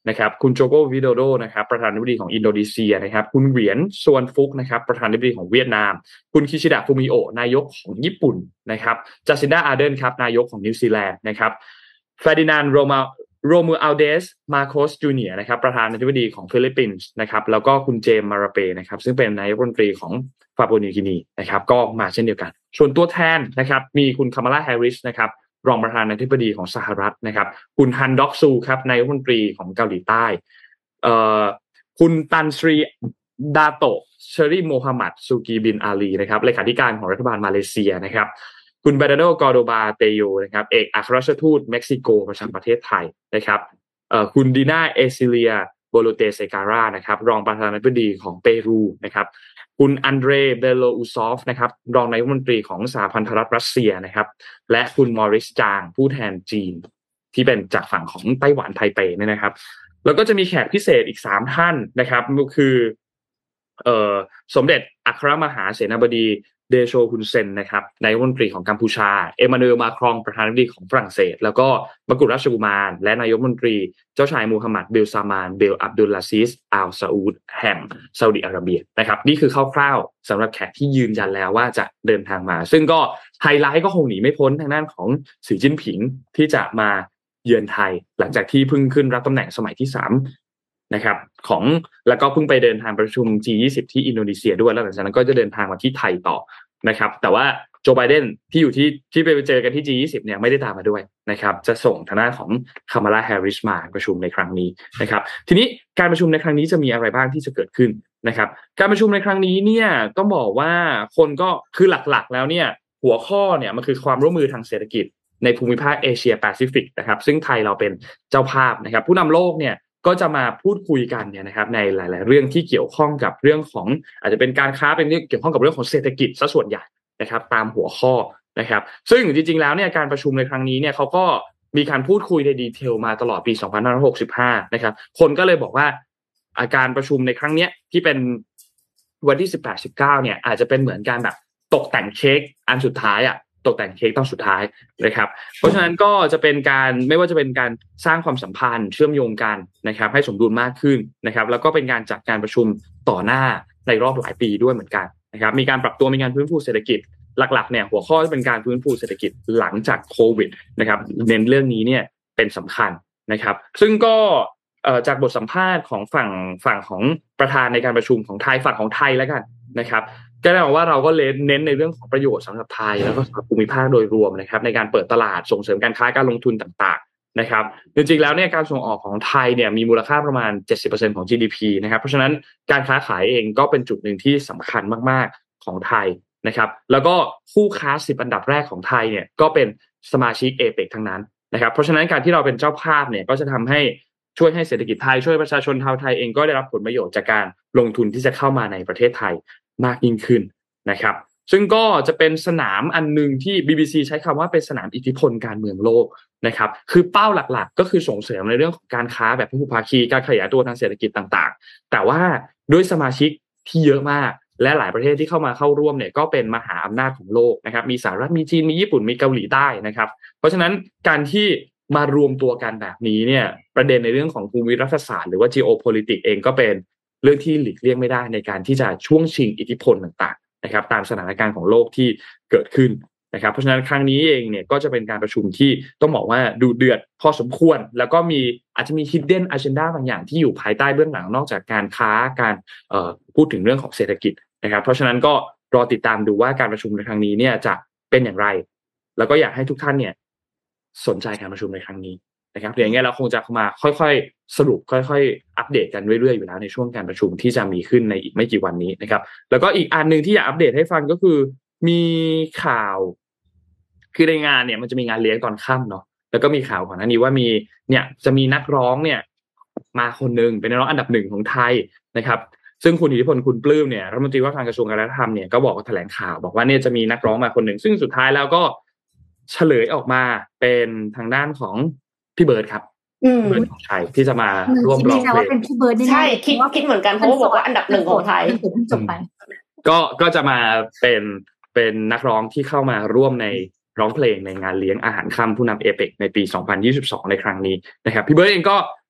นะครับคุณโจโกวิโดโดนะครับประธานาธิบดีของอินโดนีเซียนะครับคุณเหวียนซวนฟุกนะครับประธานาธิบดีของเวียดนามคุณคิชิดะฟูมิโอะนายกของญี่ปุ่นนะครับจัสซินดาอาร์เดนครับนายกของนิวซีแลนด์นะครับเฟร์ดินานด์โรมาโรมูอัลเดสมาโคสจูเนียร์นะครับประธานาธิบดีของฟิลิปปินส์นะครับแล้วก็คุณเจมส์มาราเปนะครับซึ่งเป็นนายกรัฐมนตรีของปาปัวนิวกินีนะครับก็มาเช่นเดียวกันส่วนตัวแทนนะครับมีคุณคามาลาแฮร์ริสนะครับรองประธานาธิบดีของสหรัฐนะครับคุณฮันด็อกซูครับนายกรัฐมนตรีของเกาหลีใต้เอ่อคุณตันสรีดาโตะเชอรี่โมฮัมหมัดซูกีบินอาลีนะครับเลขาธิการของรัฐบาลมาเลเซียนะครับคุณเบรนาโดกอโดบาเตโยนะครับเอกอัครราชทูตเม็กซิโกประจำประเทศไทยนะครับเอ่อคุณดีน่าเอซิเลียโบโลเตเซการานะครับรองประธานาธิบดีของเปรูนะครับคุณอันเดรเบโลอูซอฟนะครับรองนายกรัฐมนตรีของสหพันธรัฐรัสเซียนะครับและคุณมอริสจางผู้แทนจีนที่เป็นจากฝั่งของไต้หวันไทเปเนี่ยนะครับแล้วก็จะมีแขกพิเศษอีกสามท่านนะครับคือเอ่อสมเด็จอัครมหาเสนาบดีเดโชฮุนเซนนะครับนายกรัฐมนตรีของกัมพูชาเอมานูเอลมาครองประธานาธิบดีของฝรั่งเศสแล้วก็มกุฎราชกุมารและนายกรัฐมนตรีเจ้าชายมูฮัมหมัดบิลซามานบิลอับดุลลาซิสอัลซาอูดแห่งซาอุดิอาระเบียนะครับนี่คือคร่าวๆสำหรับแขกที่ยืนยันแล้วว่าจะเดินทางมาซึ่งก็ไฮไลท์ก็คงหนีไม่พ้นทางด้านของสีจิ้นผิงที่จะมาเยือนไทยหลังจากที่เพิ่งขึ้นรับตำแหน่งสมัยที่สามนะครับของแล้วก็เพิ่งไปเดินทางประชุม จี ยี่สิบ ที่อินโดนีเซียด้วยแล้วหลังจากนั้นก็จะเดินทางมาที่ไทยต่อนะครับแต่ว่าโจไบเดนที่อยู่ที่ที่ไปเจอกันที่ จี ยี่สิบ เนี่ยไม่ได้ตามมาด้วยนะครับจะส่งทางด้านของคามาลาแฮร์ริสมาประชุมในครั้งนี้นะครับทีนี้การประชุมในครั้งนี้จะมีอะไรบ้างที่จะเกิดขึ้นนะครับการประชุมในครั้งนี้เนี่ยต้องบอกว่าคนก็คือหลักๆแล้วเนี่ยหัวข้อเนี่ยมันคือความร่วมมือทางเศรษฐกิจในภูมิภาคเอเชียแปซิฟิกนะครับซึ่งไทยเราเป็นเจ้าภาพนะครับผู้นำโลกเนี่ยก็จะมาพูดคุยกันเนี่ยนะครับในหลายๆเรื่องที่เกี่ยวข้องกับเรื่องของอาจจะเป็นการค้าเป็นเรื่องเกี่ยวข้องกับเรื่องของเศรษฐกิจซะส่วนใหญ่นะครับตามหัวข้อนะครับซึ่งจริงๆแล้วเนี่ยการประชุมในครั้งนี้เนี่ยเขาก็มีการพูดคุยในดีเทลมาตลอดปีสองพันห้าร้อยหกสิบห้านะครับคนก็เลยบอกว่าอาการประชุมในครั้งเนี้ยที่เป็นวันที่สิบแปด สิบเก้าเนี่ยอาจจะเป็นเหมือนการแบบตกแต่งเค้กอันสุดท้ายอ่ะตกแต่งเค้กตอนสุดท้ายนะครับเพราะฉะนั้นก็จะเป็นการไม่ว่าจะเป็นการสร้างความสัมพันธ์เชื่อมโยงกันนะครับให้สมดุลมากขึ้นนะครับแล้วก็เป็นการจัดการประชุมต่อหน้าในรอบหลายปีด้วยเหมือนกันนะครับมีการปรับตัวมีการฟื้นฟูเศรษฐกิจหลักๆเนี่ยหัวข้อจะเป็นการฟื้นฟูเศรษฐกิจหลังจากโควิดนะครับเน้นเรื่องนี้เนี่ยเป็นสำคัญนะครับซึ่งก็จากบทสัมภาษณ์ของฝั่งฝั่งของประธานในการประชุมของไทยฝั่งของไทยแล้วกันนะครับก็ได้บอกว่าเราก็เน้นในเรื่องของประโยชน์สำหรับไทยแล้วก็สำหรับภูมิภาคโดยรวมนะครับในการเปิดตลาดส่งเสริมการค้าการลงทุนต่างๆนะครับจริงๆแล้วเนี่ยการส่งออกของไทยเนี่ยมีมูลค่าประมาณ เจ็ดสิบเปอร์เซ็นต์ ของ จี ดี พี นะครับเพราะฉะนั้นการค้าขายเองก็เป็นจุดหนึ่งที่สำคัญมากๆของไทยนะครับแล้วก็คู่ค้าสิบอันดับแรกของไทยเนี่ยก็เป็นสมาชิก เอ เปค ทั้งนั้นนะครับเพราะฉะนั้นการที่เราเป็นเจ้าภาพเนี่ยก็จะทำให้ช่วยให้เศรษฐกิจไทยช่วยประชาชนชาวไทยเองก็ได้รับผลประโยชน์จากการลงทุนที่จะเข้ามาในประเทศไทยมากยิ่งขึ้นนะครับซึ่งก็จะเป็นสนามอันนึงที่ บี บี ซี ใช้คำว่าเป็นสนามอิทธิพลการเมืองโลกนะครับคือเป้าหลักๆก็คือส่งเสริมในเรื่องของการค้าแบบพหุภาคีการขยายตัวทางเศรษฐกิจต่างๆแต่ว่าด้วยสมาชิกที่เยอะมากและหลายประเทศที่เข้ามาเข้าร่วมเนี่ยก็เป็นมหาอำนาจของโลกนะครับมีสหรัฐมีจีนมีญี่ปุ่นมีเกาหลีใต้นะครับเพราะฉะนั้นการที่มารวมตัวกันแบบนี้เนี่ยประเด็นในเรื่องของภูมิรัฐศาสตร์หรือว่า geopolitics เองก็เป็นเรื่องที่หลีกเลี่ยงไม่ได้ในการที่จะช่วงชิงอิทธิพลต่างๆนะครับตามสถานการณ์ของโลกที่เกิดขึ้นนะครับเพราะฉะนั้นครั้งนี้เองเนี่ยก็จะเป็นการประชุมที่ต้องบอกว่าดูเดือดพอสมควรแล้วก็มีอาจจะมี hidden agenda บางอย่างที่อยู่ภายใต้เบื้องหลังนอกจากการค้าการเอ่อพูดถึงเรื่องของเศรษฐกิจนะครับเพราะฉะนั้นก็รอติดตามดูว่าการประชุมในครั้งนี้เนี่ยจะเป็นอย่างไรแล้วก็อยากให้ทุกท่านเนี่ยสนใจการประชุมในครั้งนี้นะครับอย่างเงี้ยเราคงจะมาค่อยๆสรุปค่อยๆอัปเดตกันเรื่อยๆอยู่แล้วในช่วงการประชุมที่จะมีขึ้นในอีกไม่กี่วันนี้นะครับแล้วก็อีกอันนึงที่อยากอัปเดตให้ฟังก็คือมีข่าวคือในงานเนี่ยมันจะมีงานเลี้ยงตอนค่ำเนาะแล้วก็มีข่าวก่อนหน้านี้ว่ามีเนี่ยจะมีนักร้องเนี่ยมาคนนึงเป็นนักร้องอันดับหนึ่งของไทยนะครับซึ่งคุณอิทธิพลคุณปลื้มเนี่ยรัฐมนตรีว่าการกระทรวงการวัฒนธรรมเนี่ยก็บอกว่าแถลงข่าวบอกว่าเนี่ยจะมีนักร้องมาคนหนึ่งซึ่งสุดท้ายแล้วก็เฉลยออกมาเป็นทางด้านของพี่เบิร์ดครับเบิร์ดของไทยที่จะมาร่วมร้องเพลงใช่คิดคิดเหมือนกันเพราะว่าบอกว่าอันดับหนึ่งของไทยจบไปก็ก็จะมาเป็นเป็นนักร้องที่เข้ามาร่วมในร้องเพลงในงานเลี้ยงอาหารค่ำผู้นำเอเปกในปีสองพันยี่สิบสองในครั้งนี้นะครับพี่เบิร์ดเองก็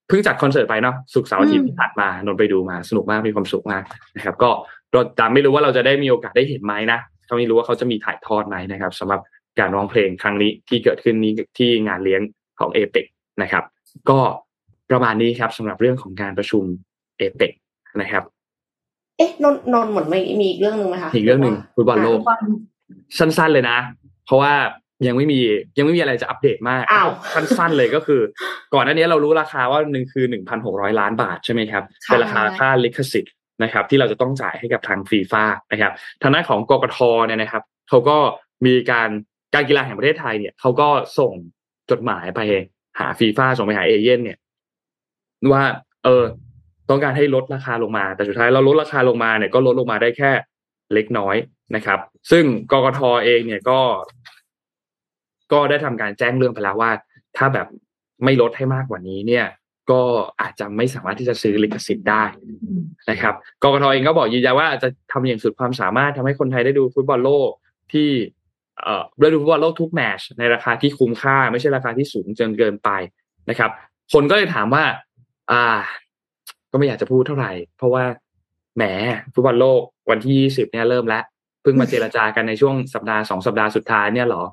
เพิ่งจัดคอนเสิร์ตไปเนาะศุกร์เสาร์อาทิตย์ที่ผ่านมานนท์ไปดูมาสนุกมากมีความสุขมากนะครับก็เราแต่ไม่รู้ว่าเราจะได้มีโอกาสได้เห็นไหมนะเขาไม่รู้ว่าเขาจะมีถ่ายทอดไหมนะครับสำหรับการร้องเพลงครั้งนี้ที่เกิดขึ้นนี้ที่งานเลี้ยงของ เอ เปค นะครับก็ประมาณนี้ครับสำหรับเรื่องของการประชุม เอ เปค นะครับเอ๊ะนนนนเหมือนไม่มีอีกเรื่องนึงมั้ยคะอีกเรื่องนึงฟุตบอลโลกสั้นๆเลยนะเพราะว่ายังไม่มียังไม่มีอะไรจะอัปเดตมากสั้นๆเลยก็คือก่อนหน้านี้เรารู้ราคาว่านึงคือ หนึ่งพันหกร้อย ล้านบาทใช่ไหมครับเป็นราคาค่าลิขสิทธิ์นะครับที่เราจะต้องจ่ายให้กับทาง FIFA นะครับทางด้านของกกทเนี่ยนะครับเขาก็มีการการกีฬาแห่งประเทศไทยเนี่ยเขาก็ส่งจดหมายไปหา FIFA ส่งไปหาเอเย่นเนี่ยว่าเออต้องการให้ลดราคาลงมาแต่สุดท้ายเราลดราคาลงมาเนี่ยก็ลดลงมาได้แค่เล็กน้อยนะครับซึ่งกกทเองเนี่ยก็ก็ได้ทำการแจ้งเรื่องไปแล้วว่าถ้าแบบไม่ลดให้มากกว่านี้เนี่ยก็อาจจะไม่สามารถที่จะซื้อลิขสิทธิ์ได้นะครับกกทเองก็บอกยืนยันว่าจะทำอย่างสุดความสามารถทำให้คนไทยได้ดูฟุตบอลโลกที่เอ่อได้ดูฟุตบอลโลกทุกแมตช์ในราคาที่คุ้มค่าไม่ใช่ราคาที่สูงจนเกินไปนะครับคนก็เลยถามว่าอ่าก็ไม่อยากจะพูดเท่าไหร่เพราะว่าแหมฟุตบอลโลกวันที่ยี่สิบเนี่ยเริ่มแล้วเพิ่งมาเจรจากันในช่วงสัปดาห์สองสัปดาห์สุดท้ายเนี่ยหรอ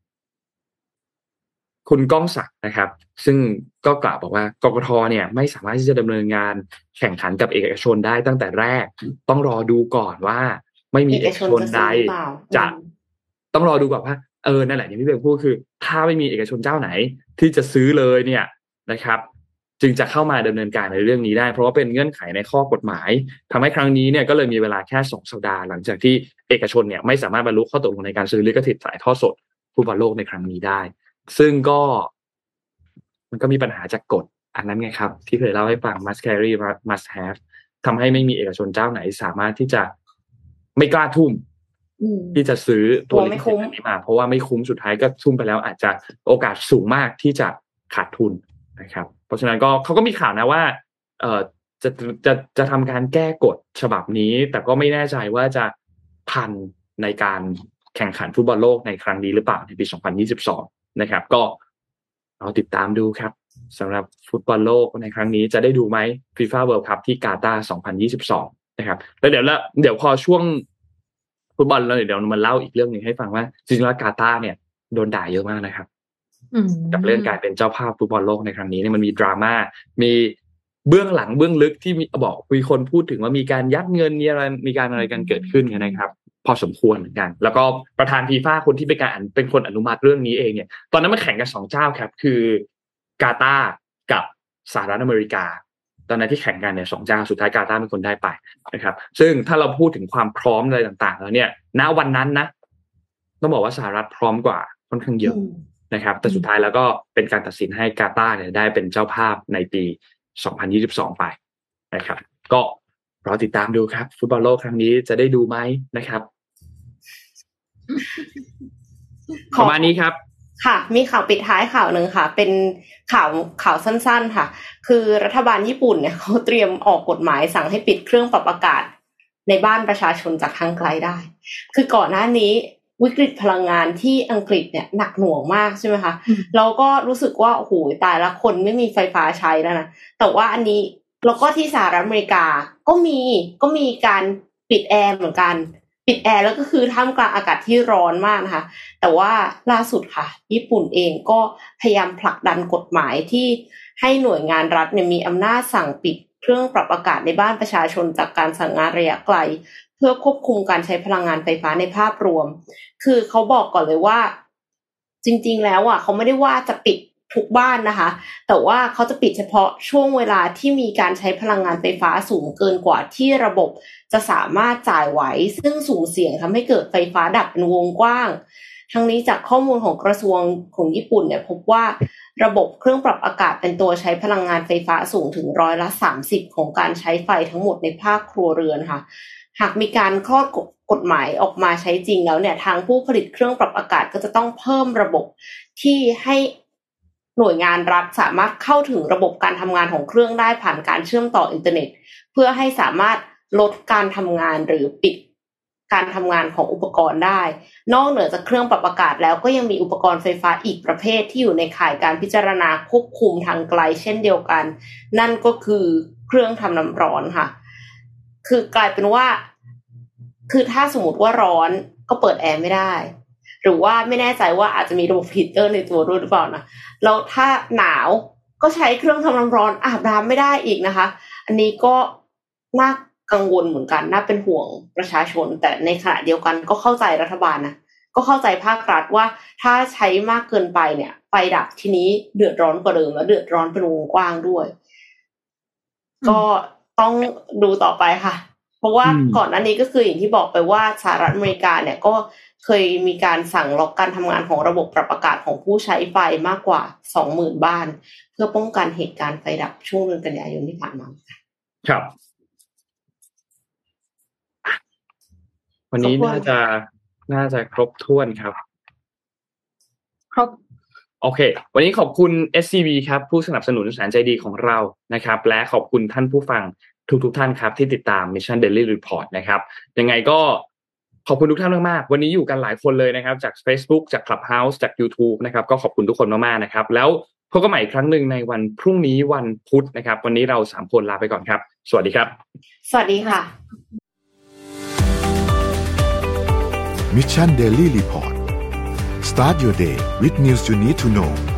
คุณก้องศักดิ์นะครับซึ่งก็กล่าวบอกว่ากกทเนี่ยไม่สามารถที่จะดำเนินงานแข่งขันกับเอกชนได้ตั้งแต่แรกต้องรอดูก่อนว่าไม่มีเอกชนใดจะต้องรอดูก่อนว่าเออนั่นแหละอย่างที่พี่เบลพูดคือถ้าไม่มีเอกชนเจ้าไหนที่จะซื้อเลยเนี่ยนะครับจึงจะเข้ามาดำเนินการในเรื่องนี้ได้เพราะว่าเป็นเงื่อนไขในข้อกฎหมายทำให้ครั้งนี้เนี่ยก็เลยมีเวลาแค่สองสัปดาห์หลังจากที่เอกชนเนี่ยไม่สามารถบรรลุข้อตกลงในการซื้อลิขสิทธิ์ถ่ายทอดสดฟุตบอลโลกในครั้งนี้ได้ซึ่งก็มันก็มีปัญหาจากกฎอันนั้นไงครับที่เคยเล่าให้ฟัง must carry must have ทำให้ไม่มีเอกชนเจ้าไหนสามารถที่จะไม่กล้าทุ่มที่จะซื้อตัวลิขสิทธิ์นี้มาเพราะว่าไม่คุ้มสุดท้ายก็ทุ่มไปแล้วอาจจะโอกาสสูงมากที่จะขาดทุนนะครับเพราะฉะนั้นก็เขาก็มีข่าวนะว่าเอ่อจะจะจะทำการแก้กฎฉบับนี้แต่ก็ไม่แน่ใจว่าจะทันในการแข่งขันฟุตบอลโลกในครั้งนี้หรือเปล่าในปีสองพันยี่สิบสองนะครับก็เราติดตามดูครับสำหรับฟุตบอลโลกในครั้งนี้จะได้ดูไหม FIFA World Cup ที่กาตาร์สองพันยี่สิบสองนะครับแล้วเดี๋ยวละเดี๋ยวพอช่วงฟุตบอลแล้วเดี๋ยวมันเล่าอีกเรื่องนึงให้ฟังว่าจริงๆแล้วกาตาร์เนี่ยโดนด่าเยอะมากนะครับกับเรื่องการเป็นเจ้าภาพฟุตบอลโลกในครั้งนี้เนี่ยมันมีดราม่ามีเบื้องหลังเบื้องลึกที่มีบอกมีคนพูดถึงว่ามีการยัดเงินมีอะไรมีการอะไรกันเกิดขึ้นนะครับพอสมควรเหมือนกันแล้วก็ประธานฟีฟ่าคนที่เป็นการเป็นคนอนุมัติเรื่องนี้เองเนี่ยตอนนั้นมันแข่งกันสองเจ้าครับคือกาตาร์กับสหรัฐอเมริกาตอนนั้นที่แข่งกันเนี่ยสองเจ้าสุดท้ายกาตาร์เป็นคนได้ไปนะครับซึ่งถ้าเราพูดถึงความพร้อมอะไรต่างๆแล้วเนี่ยณวันนั้นนะต้องบอกว่าสหรัฐพร้อมกว่าค่อนข้างเยอะนะครับแต่สุดท้ายแล้วก็เป็นการตัดสินให้กาตาร์เนี่ยได้เป็นเจ้าภาพในปีสองพันยี่สิบสองไปนะครับก็รอติดตามดูครับฟุตบอลโลกครั้งนี้จะได้ดูไหมนะครับประมาณนี้ครับค่ะมีข่าวปิดท้ายข่าวนึงค่ะเป็นข่าวข่าวสั้นๆค่ะคือรัฐบาลญี่ปุ่นเนี่ยเขาเตรียมออกกฎหมายสั่งให้ปิดเครื่องปรับอากาศในบ้านประชาชนจากทางไกลได้คือก่อนหน้านี้วิกฤตพลังงานที่อังกฤษเนี่ยหนักหน่วงมากใช่ไหมคะเราก็รู้สึกว่าโอ้โหตายละคนไม่มีไฟฟ้าใช้แล้วนะแต่ว่าอันนี้แล้วก็ที่สหรัฐอเมริกาก็มีก็มีการปิดแอร์เหมือนกันปิดแอร์แล้วก็คือท่ามกลางอากาศที่ร้อนมากนะคะแต่ว่าล่าสุดค่ะญี่ปุ่นเองก็พยายามผลักดันกฎหมายที่ให้หน่วยงานรัฐเนี่ยมีอำนาจสั่งปิดเครื่องปรับอากาศในบ้านประชาชนจากการสั่งงานระยะไกลเพื่อควบคุมการใช้พลังงานไฟฟ้าในภาพรวมคือเขาบอกก่อนเลยว่าจริงๆแล้วอ่ะเขาไม่ได้ว่าจะปิดทุกบ้านนะคะแต่ว่าเขาจะปิดเฉพาะช่วงเวลาที่มีการใช้พลังงานไฟฟ้าสูงเกินกว่าที่ระบบจะสามารถจ่ายไหวซึ่งสูงเสี่ยงทำให้เกิดไฟฟ้าดับเป็นวงกว้างทั้งนี้จากข้อมูลของกระทรวงของญี่ปุ่นเนี่ยพบว่าระบบเครื่องปรับอากาศเป็นตัวใช้พลังงานไฟฟ้าสูงถึงร้อยละสามสิบของการใช้ไฟทั้งหมดในภาคครัวเรือนค่ะหากมีการคลอดกฎหมายออกมาใช้จริงแล้วเนี่ยทางผู้ผลิตเครื่องปรับอากาศก็จะต้องเพิ่มระบบที่ให้หน่วยงานรัฐสามารถเข้าถึงระบบการทำงานของเครื่องได้ผ่านการเชื่อมต่ออินเทอร์เน็ตเพื่อให้สามารถลดการทำงานหรือปิดการทำงานของอุปกรณ์ได้นอกเหนือจากเครื่องปรับอากาศแล้วก็ยังมีอุปกรณ์ไฟฟ้าอีกประเภทที่อยู่ในข่ายการพิจารณาควบคุมทางไกลเช่นเดียวกันนั่นก็คือเครื่องทำน้ำร้อนค่ะคือกลายเป็นว่าคือถ้าสมมติว่าร้อนก็เปิดแอร์ไม่ได้หรือว่าไม่แน่ใจว่าอาจจะมีระบบฮีตเตอร์ในตัวด้วยหรือเปล่านะแล้วถ้าหนาวก็ใช้เครื่องทำน้ำร้อนอาบน้ำไม่ได้อีกนะคะอันนี้ก็น่ากังวลเหมือนกันน่าเป็นห่วงประชาชนแต่ในขณะเดียวกันก็เข้าใจรัฐบาลนะก็เข้าใจภาครัฐว่าถ้าใช้มากเกินไปเนี่ยไฟดับทีนี้เดือดร้อนกว่าเดิมแล้วเดือดร้อนเป็นวงกว้างด้วยก็ต้องดูต่อไปค่ะเพราะว่าก่อนหน้านี้ก็คืออย่างที่บอกไปว่าสหรัฐอเมริกาเนี่ยก็เคยมีการสั่งล็อกการทำงานของระบบปรับอากาศของผู้ใช้ไฟมากกว่า สองหมื่น บ้านเพื่อป้องกันเหตุการณ์ไฟดับช่วงเดือนกันยายนที่ผ่านมาครับวันนี้น่าจะน่าจะครบถ้วนครับครบโอเควันนี้ขอบคุณ เอส ซี บี ครับผู้สนับสนุนแสนใจดีของเรานะครับและขอบคุณท่านผู้ฟังทุกๆท่านครับที่ติดตาม Mission Daily Report นะครับยังไงก็ขอบคุณทุกท่านมากๆวันนี้อยู่กันหลายคนเลยนะครับจาก Facebook จาก Clubhouse จาก YouTube นะครับก็ขอบคุณทุกคนมากๆนะครับแล้วพบกันใหม่อีกครั้งนึงในวันพรุ่งนี้วันพุธนะครับวันนี้เราสามคนลาไปก่อนครับสวัสดีครับสวัสดีค่ะ Mission Daily Report Start your day with news you need to know